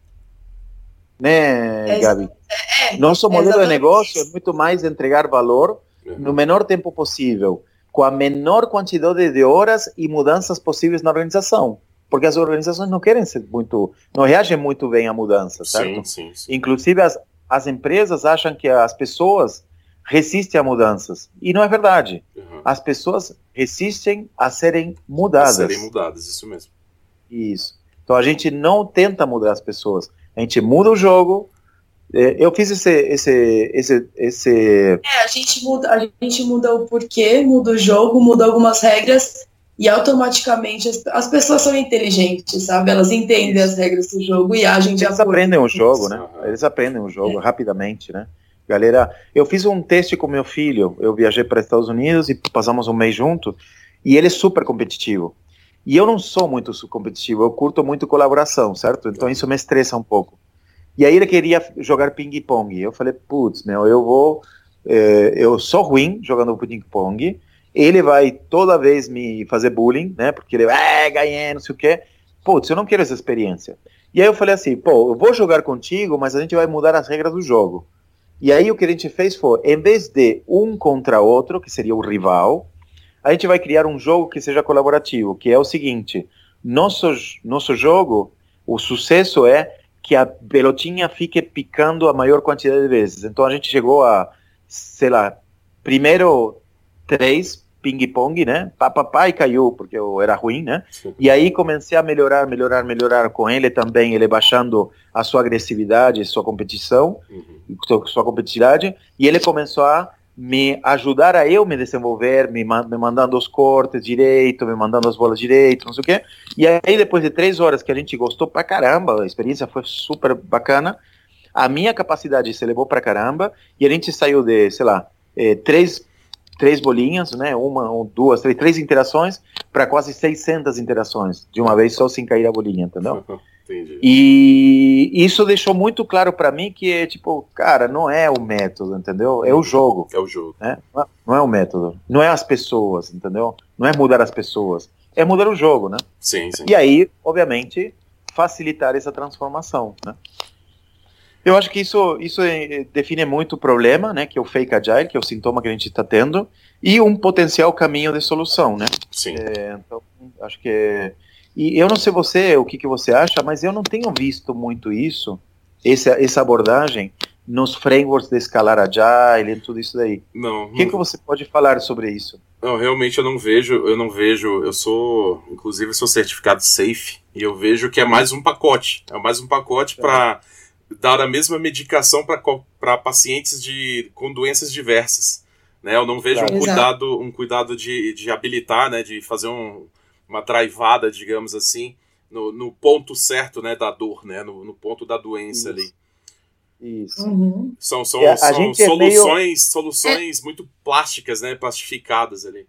Né, Gabi? Nosso modelo de negócio é muito mais entregar valor no menor tempo possível, com a menor quantidade de horas e mudanças possíveis na organização. Porque as organizações não querem ser não reagem muito bem à mudança, certo? Sim. Inclusive as empresas acham que as pessoas resistem a mudanças. E não é verdade. As pessoas resistem a serem mudadas. Isso mesmo. Isso. Então a gente não tenta mudar as pessoas. A gente muda o jogo. Eu fiz esse... a gente muda o porquê, muda o jogo, muda algumas regras e automaticamente as pessoas são inteligentes, sabe? Elas entendem as regras do jogo e agem de acordo. Eles aprendem o jogo, né? Eles aprendem o jogo rapidamente, né? Galera, eu fiz um teste com meu filho, eu viajei para os Estados Unidos e passamos um mês junto, e ele é super competitivo. E eu não sou muito competitivo, eu curto muito colaboração, certo? Então isso me estressa um pouco. E aí ele queria jogar ping-pong. Eu falei, putz, eu sou ruim jogando ping-pong, ele vai toda vez me fazer bullying, né? Porque ele ganhei, não sei o quê. Putz, eu não quero essa experiência. E aí eu falei assim, eu vou jogar contigo, mas a gente vai mudar as regras do jogo. E aí o que a gente fez foi, em vez de um contra outro, que seria o rival, a gente vai criar um jogo que seja colaborativo, que é o seguinte, nosso jogo, o sucesso é que a pelotinha fique picando a maior quantidade de vezes. Então a gente chegou a, sei lá, primeiro 3 ping-pong, né? Pá, e caiu, porque eu era ruim, né? E aí comecei a melhorar com ele também, ele baixando a sua agressividade, sua competição, sua competitividade, e ele começou a me ajudar a eu me desenvolver, me mandando os cortes direito, me mandando as bolas direito, não sei o quê. E aí, depois de 3 horas que a gente gostou pra caramba, a experiência foi super bacana, a minha capacidade se elevou pra caramba, e a gente saiu de, sei lá, 3 bolinhas, né, uma, duas, três interações, para quase 600 interações, de uma vez só sem cair a bolinha, entendeu? Entendi. E isso deixou muito claro para mim que, tipo, cara, não é o método, entendeu? É o jogo. É o jogo. Né? Não é o método, não é as pessoas, entendeu? Não é mudar as pessoas, é mudar o jogo, né? Sim, sim. E aí, obviamente, facilitar essa transformação, né? Eu acho que isso define muito o problema, né, que é o fake agile, que é o sintoma que a gente está tendo, e um potencial caminho de solução, né? Sim. Então, acho que... E eu não sei você, o que você acha, mas eu não tenho visto muito isso, essa abordagem, nos frameworks de escalar agile e tudo isso daí. Não. O que você pode falar sobre isso? Não, realmente eu não vejo, inclusive sou certificado SAFe, e eu vejo que é mais um pacote para dar a mesma medicação para pacientes com doenças diversas, né? Eu não vejo um cuidado de habilitar, né? De fazer uma drivada, digamos assim, no ponto certo, né? Da dor, né? No ponto da doença ali. Isso. Uhum. São soluções muito plásticas, né? Plastificadas ali.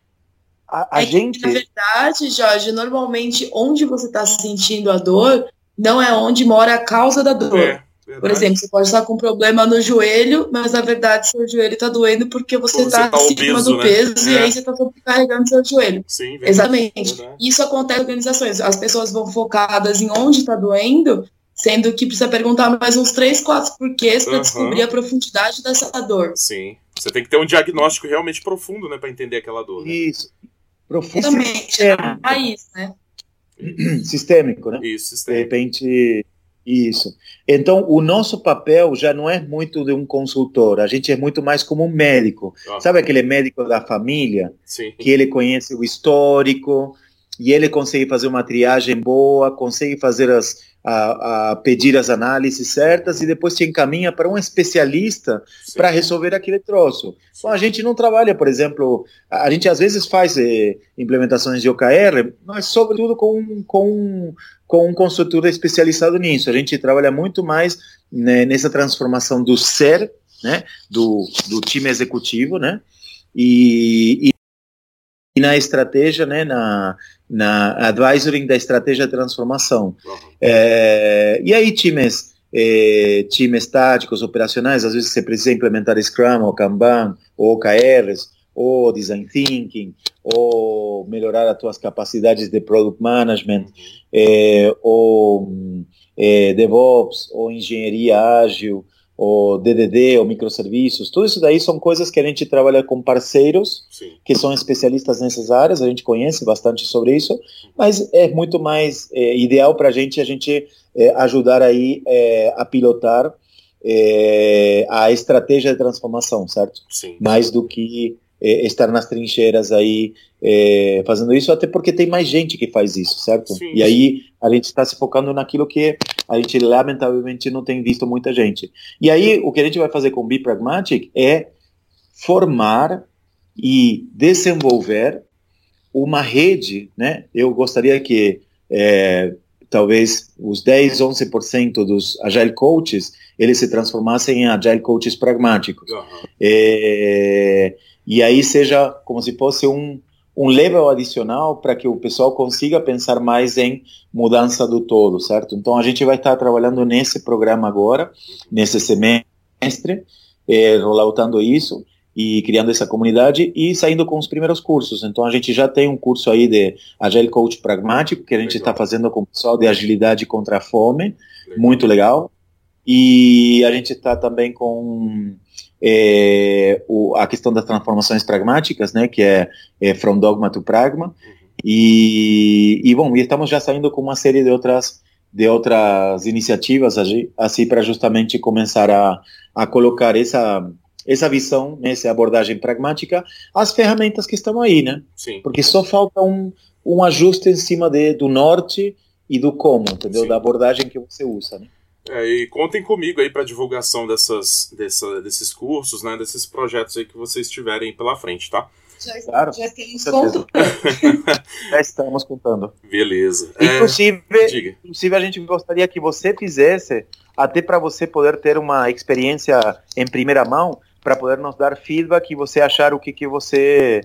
Na verdade, Jorge, normalmente onde você está sentindo a dor não é onde mora a causa da dor. Por exemplo, você pode estar com um problema no joelho, mas na verdade seu joelho está doendo porque você está acima do peso, né? E aí você está sobrecarregando seu joelho. Sim, verdade, exatamente. Verdade. Isso acontece em organizações. As pessoas vão focadas em onde está doendo, sendo que precisa perguntar mais uns 3, 4 porquês para descobrir a profundidade dessa dor. Sim. Você tem que ter um diagnóstico realmente profundo, né, para entender aquela dor. Né? Isso. Exatamente. A raiz, né? Sistêmico, né? Isso, sistêmico. De repente, isso. Então, o nosso papel já não é muito de um consultor, a gente é muito mais como um médico. Sabe aquele médico da família? Sim. Que ele conhece o histórico e ele consegue fazer uma triagem boa, consegue fazer pedir as análises certas e depois te encaminha para um especialista para resolver aquele troço. Então, a gente não trabalha, por exemplo, a gente às vezes faz implementações de OKR, mas sobretudo com um consultor especializado nisso. A gente trabalha muito mais, né, nessa transformação do ser, né, do time executivo, né, e na estratégia, né, na advisory da estratégia de transformação. E aí times táticos, operacionais, às vezes você precisa implementar Scrum, ou Kanban, ou OKRs, ou Design Thinking, ou melhorar as tuas capacidades de Product Management, ou DevOps, ou Engenharia Ágil, ou DDD, ou microserviços, tudo isso daí são coisas que a gente trabalha com parceiros, que são especialistas nessas áreas, a gente conhece bastante sobre isso, mas é muito mais ideal para a gente ajudar aí a pilotar a estratégia de transformação, certo? Sim. Mais do que estar nas trincheiras aí fazendo isso, até porque tem mais gente que faz isso, certo? Sim, e aí a gente está se focando naquilo que a gente lamentavelmente não tem visto muita gente. E aí o que a gente vai fazer com o Be Pragmatic é formar e desenvolver uma rede, né? Eu gostaria que talvez os 10, 11% dos Agile Coaches, eles se transformassem em Agile Coaches pragmáticos. E aí seja como se fosse um level adicional para que o pessoal consiga pensar mais em mudança do todo, certo? Então a gente vai estar trabalhando nesse programa agora, nesse semestre, rolloutando isso e criando essa comunidade e saindo com os primeiros cursos. Então a gente já tem um curso aí de Agile Coach Pragmático que a gente está fazendo com o pessoal de agilidade contra a fome, muito legal. E a gente está também com a questão das transformações pragmáticas, né, que é From Dogma to Pragma, e estamos já saindo com uma série de outras iniciativas assim para justamente começar a colocar essa visão, né, essa abordagem pragmática, as ferramentas que estão aí, né? Sim. Porque só falta um ajuste em cima do norte e do como, entendeu? Sim. Da abordagem que você usa, né? E contem comigo aí para divulgação desses cursos, né, desses projetos aí que vocês tiverem pela frente, tá? Já temos conto. Já estamos contando. Beleza. Inclusive, a gente gostaria que você fizesse, até para você poder ter uma experiência em primeira mão, para poder nos dar feedback e você achar o que você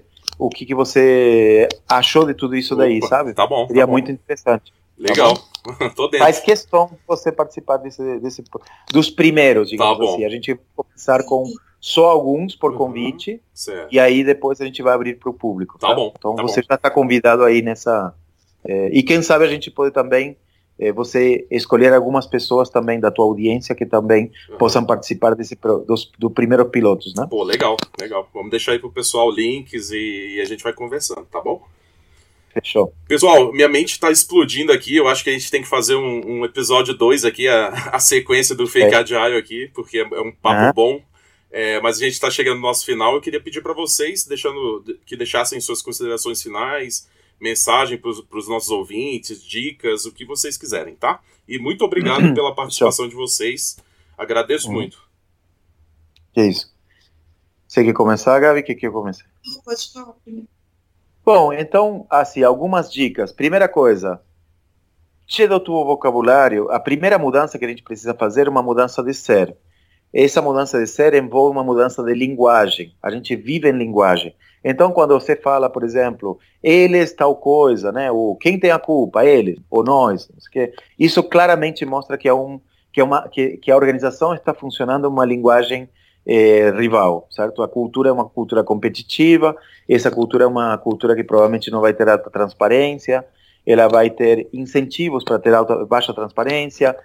achou de tudo isso daí, sabe? Tá bom. Seria muito interessante. Legal. Tá Tô dentro. Faz questão de você participar dos primeiros, digamos assim. A gente vai começar com só alguns por convite, e aí depois a gente vai abrir para o público. Tá bom. Então você já está convidado aí nessa... e quem sabe a gente pode também, você escolher algumas pessoas também da tua audiência que também possam participar do primeiro pilotos, né? Pô, legal. Vamos deixar aí pro pessoal links e a gente vai conversando, tá bom? Fechou. Pessoal, minha mente está explodindo aqui. Eu acho que a gente tem que fazer um episódio 2 aqui, a sequência do Fake Agile aqui, porque é um papo bom. Mas a gente está chegando no nosso final. Eu queria pedir para vocês que deixassem suas considerações finais, mensagem para os nossos ouvintes, dicas, o que vocês quiserem, tá? E muito obrigado pela participação de vocês. Agradeço muito. Que isso. Você quer começar, Gabi? Que eu comece? Pode falar primeiro. Bom, então, assim, algumas dicas. Primeira coisa, cheio do teu vocabulário, a primeira mudança que a gente precisa fazer é uma mudança de ser. Essa mudança de ser envolve uma mudança de linguagem. A gente vive em linguagem. Então, quando você fala, por exemplo, eles tal coisa, né? Ou quem tem a culpa? Eles ou nós? Isso claramente mostra que a organização está funcionando em uma linguagem rival, certo? A cultura é uma cultura competitiva, essa cultura é uma cultura que provavelmente não vai ter alta transparência, ela vai ter incentivos para ter baixa transparência,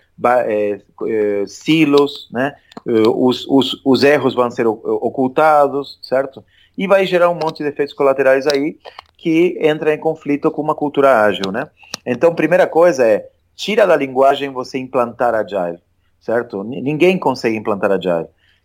silos, né? Os erros vão ser ocultados, certo? E vai gerar um monte de efeitos colaterais aí que entra em conflito com uma cultura ágil, né? Então, primeira coisa tira da linguagem você implantar Agile, certo? Ninguém consegue implantar Agile.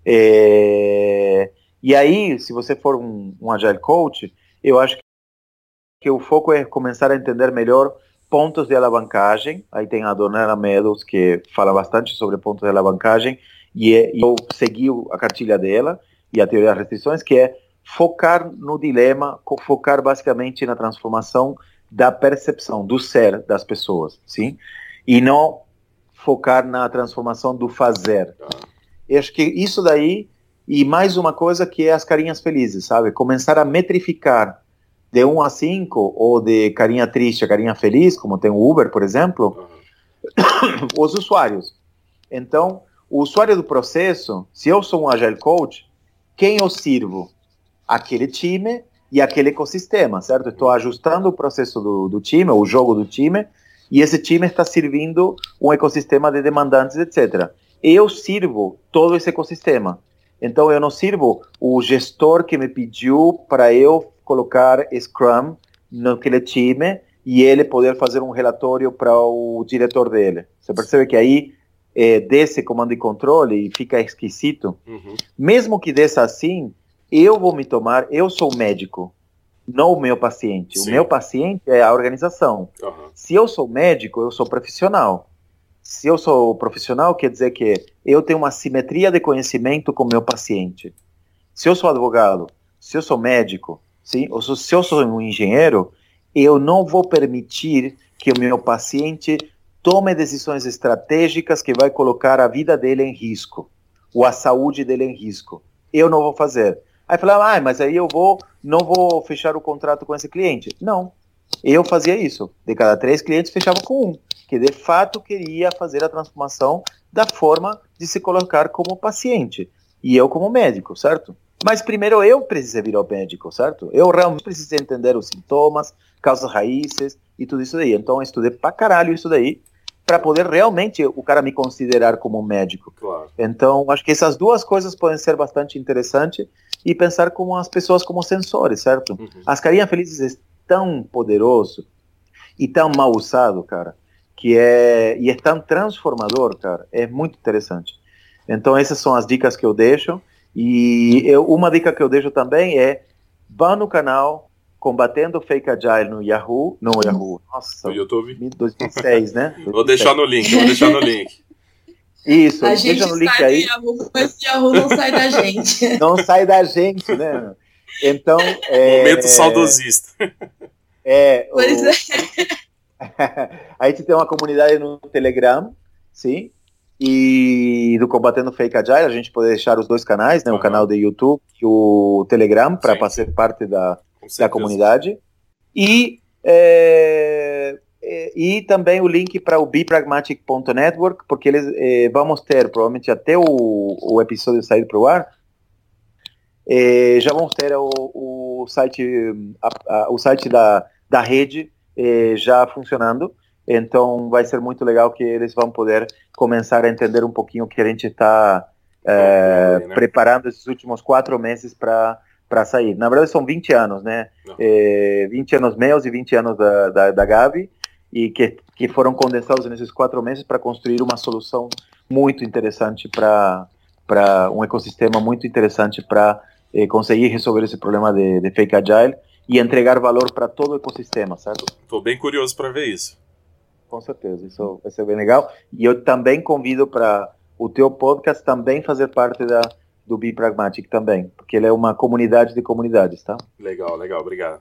E aí, se você for um Agile Coach, eu acho que o foco é começar a entender melhor pontos de alavancagem. Aí tem a Donella Meadows, que fala bastante sobre pontos de alavancagem, e eu segui a cartilha dela e a teoria das restrições, que é focar no dilema, focar basicamente na transformação da percepção, do ser das pessoas, sim? E não focar na transformação do fazer. Eu acho que isso daí, e mais uma coisa que é as carinhas felizes, sabe? Começar a metrificar de 1 a 5, ou de carinha triste a carinha feliz, como tem o Uber, por exemplo, os usuários. Então, o usuário do processo, se eu sou um Agile Coach, quem eu sirvo? Aquele time e aquele ecossistema, certo? Estou ajustando o processo do time, o jogo do time, e esse time está servindo um ecossistema de demandantes, etc. Eu sirvo todo esse ecossistema. Então, eu não sirvo o gestor que me pediu para eu colocar Scrum naquele time e ele poder fazer um relatório para o diretor dele. Você percebe que aí desce comando e controle e fica esquisito? Mesmo que desça assim, eu sou médico, não o meu paciente. Sim. O meu paciente é a organização. Se eu sou médico, eu sou profissional. Se eu sou profissional, quer dizer que eu tenho uma simetria de conhecimento com o meu paciente. Se eu sou advogado, se eu sou médico, sim? Ou se eu sou um engenheiro, eu não vou permitir que o meu paciente tome decisões estratégicas que vai colocar a vida dele em risco, ou a saúde dele em risco. Eu não vou fazer. Aí fala, mas aí não vou fechar o contrato com esse cliente. Não, eu fazia isso. De cada 3 clientes, fechava com um, que de fato queria fazer a transformação da forma de se colocar como paciente, e eu como médico, certo? Mas primeiro eu precisei virar o médico, certo? Eu realmente precisei entender os sintomas, causas raízes e tudo isso daí. Então eu estudei pra caralho isso daí, para poder realmente o cara me considerar como um médico. Claro. Então, acho que essas duas coisas podem ser bastante interessantes e pensar como as pessoas como sensores, certo? Uhum. As carinhas felizes é tão poderoso e tão mal usado, cara, e é tão transformador, cara, é muito interessante. Então, essas são as dicas que eu deixo. E uma dica que eu deixo também é: vá no canal Combatendo Fake Agile no Yahoo, nossa, No YouTube? 2006, né? 2006. Vou deixar no link. Isso, A deixa gente no link sai aí. do Yahoo, mas o Yahoo não sai da gente. Não sai da gente, né? Então, Momento saudosista. Pois é. A gente tem uma comunidade no Telegram, sim, e do Combatendo Fake Agile, a gente pode deixar os dois canais, né? O canal do YouTube e o Telegram, para fazer parte da comunidade. E também o link para o bepragmatic.network, porque eles vamos ter, provavelmente até o episódio sair para o ar, já vamos ter o site da rede já funcionando. Então vai ser muito legal que eles vão poder começar a entender um pouquinho o que a gente está preparando esses últimos 4 meses para sair. Na verdade são 20 anos, né? 20 anos meus e 20 anos da Gabi, e que foram condensados nesses 4 meses para construir uma solução muito interessante para um ecossistema muito interessante para conseguir resolver esse problema de Fake Agile e entregar valor para todo o ecossistema, certo? Estou bem curioso para ver isso. Com certeza, isso vai ser bem legal. E eu também convido para o teu podcast também fazer parte do Be Pragmatic também, porque ele é uma comunidade de comunidades, tá? Legal, obrigado.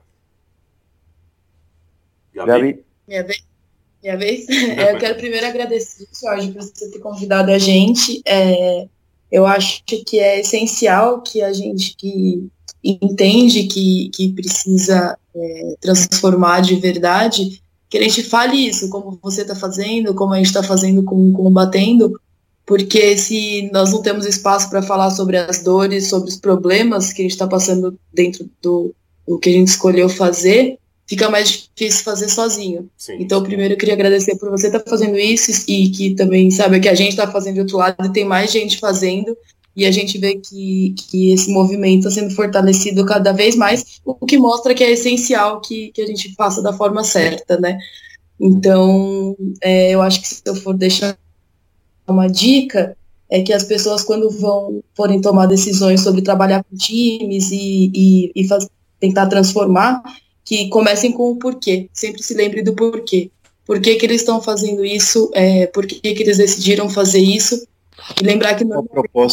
Gabi? Minha vez? Eu quero primeiro agradecer, Jorge, por você ter convidado a gente. Eu acho que é essencial que a gente que entende que precisa transformar de verdade, que a gente fale isso, como você está fazendo, como a gente está fazendo com Combatendo, porque se nós não temos espaço para falar sobre as dores, sobre os problemas que a gente está passando dentro do que a gente escolheu fazer, fica mais difícil fazer sozinho. Sim. Então, primeiro eu queria agradecer por você estar fazendo isso e que também sabe que a gente está fazendo de outro lado e tem mais gente fazendo, e a gente vê que esse movimento está sendo fortalecido cada vez mais, o que mostra que é essencial que a gente faça da forma certa, né? Então, eu acho que se eu for deixar uma dica, é que as pessoas, quando forem tomar decisões sobre trabalhar com times e tentar transformar, que comecem com o porquê, sempre se lembre do porquê. Por que eles estão fazendo isso, por que eles decidiram fazer isso, e lembrar que não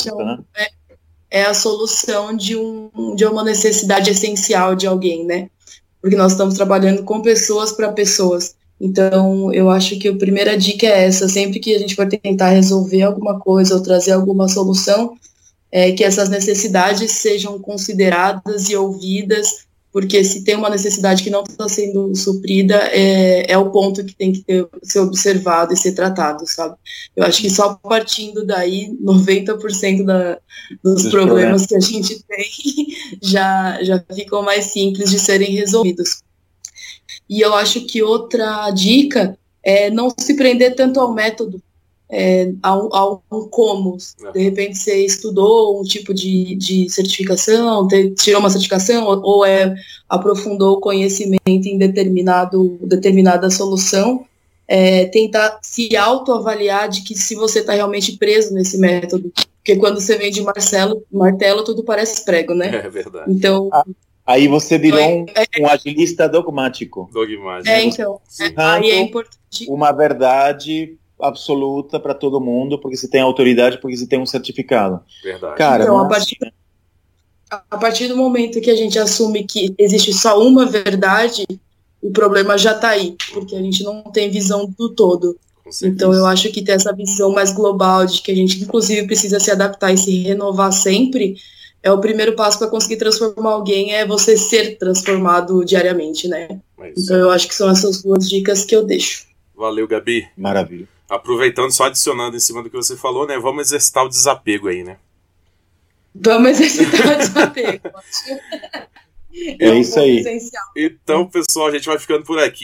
é a solução de uma necessidade essencial de alguém, né? Porque nós estamos trabalhando com pessoas para pessoas. Então, eu acho que a primeira dica é essa: sempre que a gente for tentar resolver alguma coisa ou trazer alguma solução, que essas necessidades sejam consideradas e ouvidas, porque se tem uma necessidade que não está sendo suprida, é o ponto que tem que ser observado e ser tratado, sabe? Eu acho que só partindo daí, 90% dos problemas que a gente tem já ficam mais simples de serem resolvidos. E eu acho que outra dica é não se prender tanto ao método, ao como. De repente você estudou um tipo de certificação, tirou uma certificação, ou aprofundou o conhecimento em determinada solução, tentar se autoavaliar de que se você está realmente preso nesse método. Porque quando você vem de martelo, tudo parece prego, né? É verdade. Então... Aí você virou um agilista dogmático. Dogmático. Aí é importante. Uma verdade absoluta para todo mundo, porque você tem autoridade, porque você tem um certificado. Verdade. Cara, então, a partir do momento que a gente assume que existe só uma verdade, o problema já está aí, porque a gente não tem visão do todo. Então, eu acho que ter essa visão mais global, de que a gente, inclusive, precisa se adaptar e se renovar sempre, é o primeiro passo para conseguir transformar alguém, é você ser transformado diariamente, né? Então, eu acho que são essas 2 dicas que eu deixo. Valeu, Gabi. Maravilha. Aproveitando, só adicionando em cima do que você falou, né? Vamos exercitar o desapego aí, né? Vamos exercitar o desapego. É isso aí. Então, pessoal, a gente vai ficando por aqui.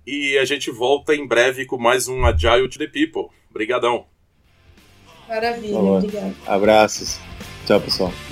E a gente volta em breve com mais um Agile to the People. Obrigadão. Maravilha, obrigado. Abraços. Tchau, pessoal.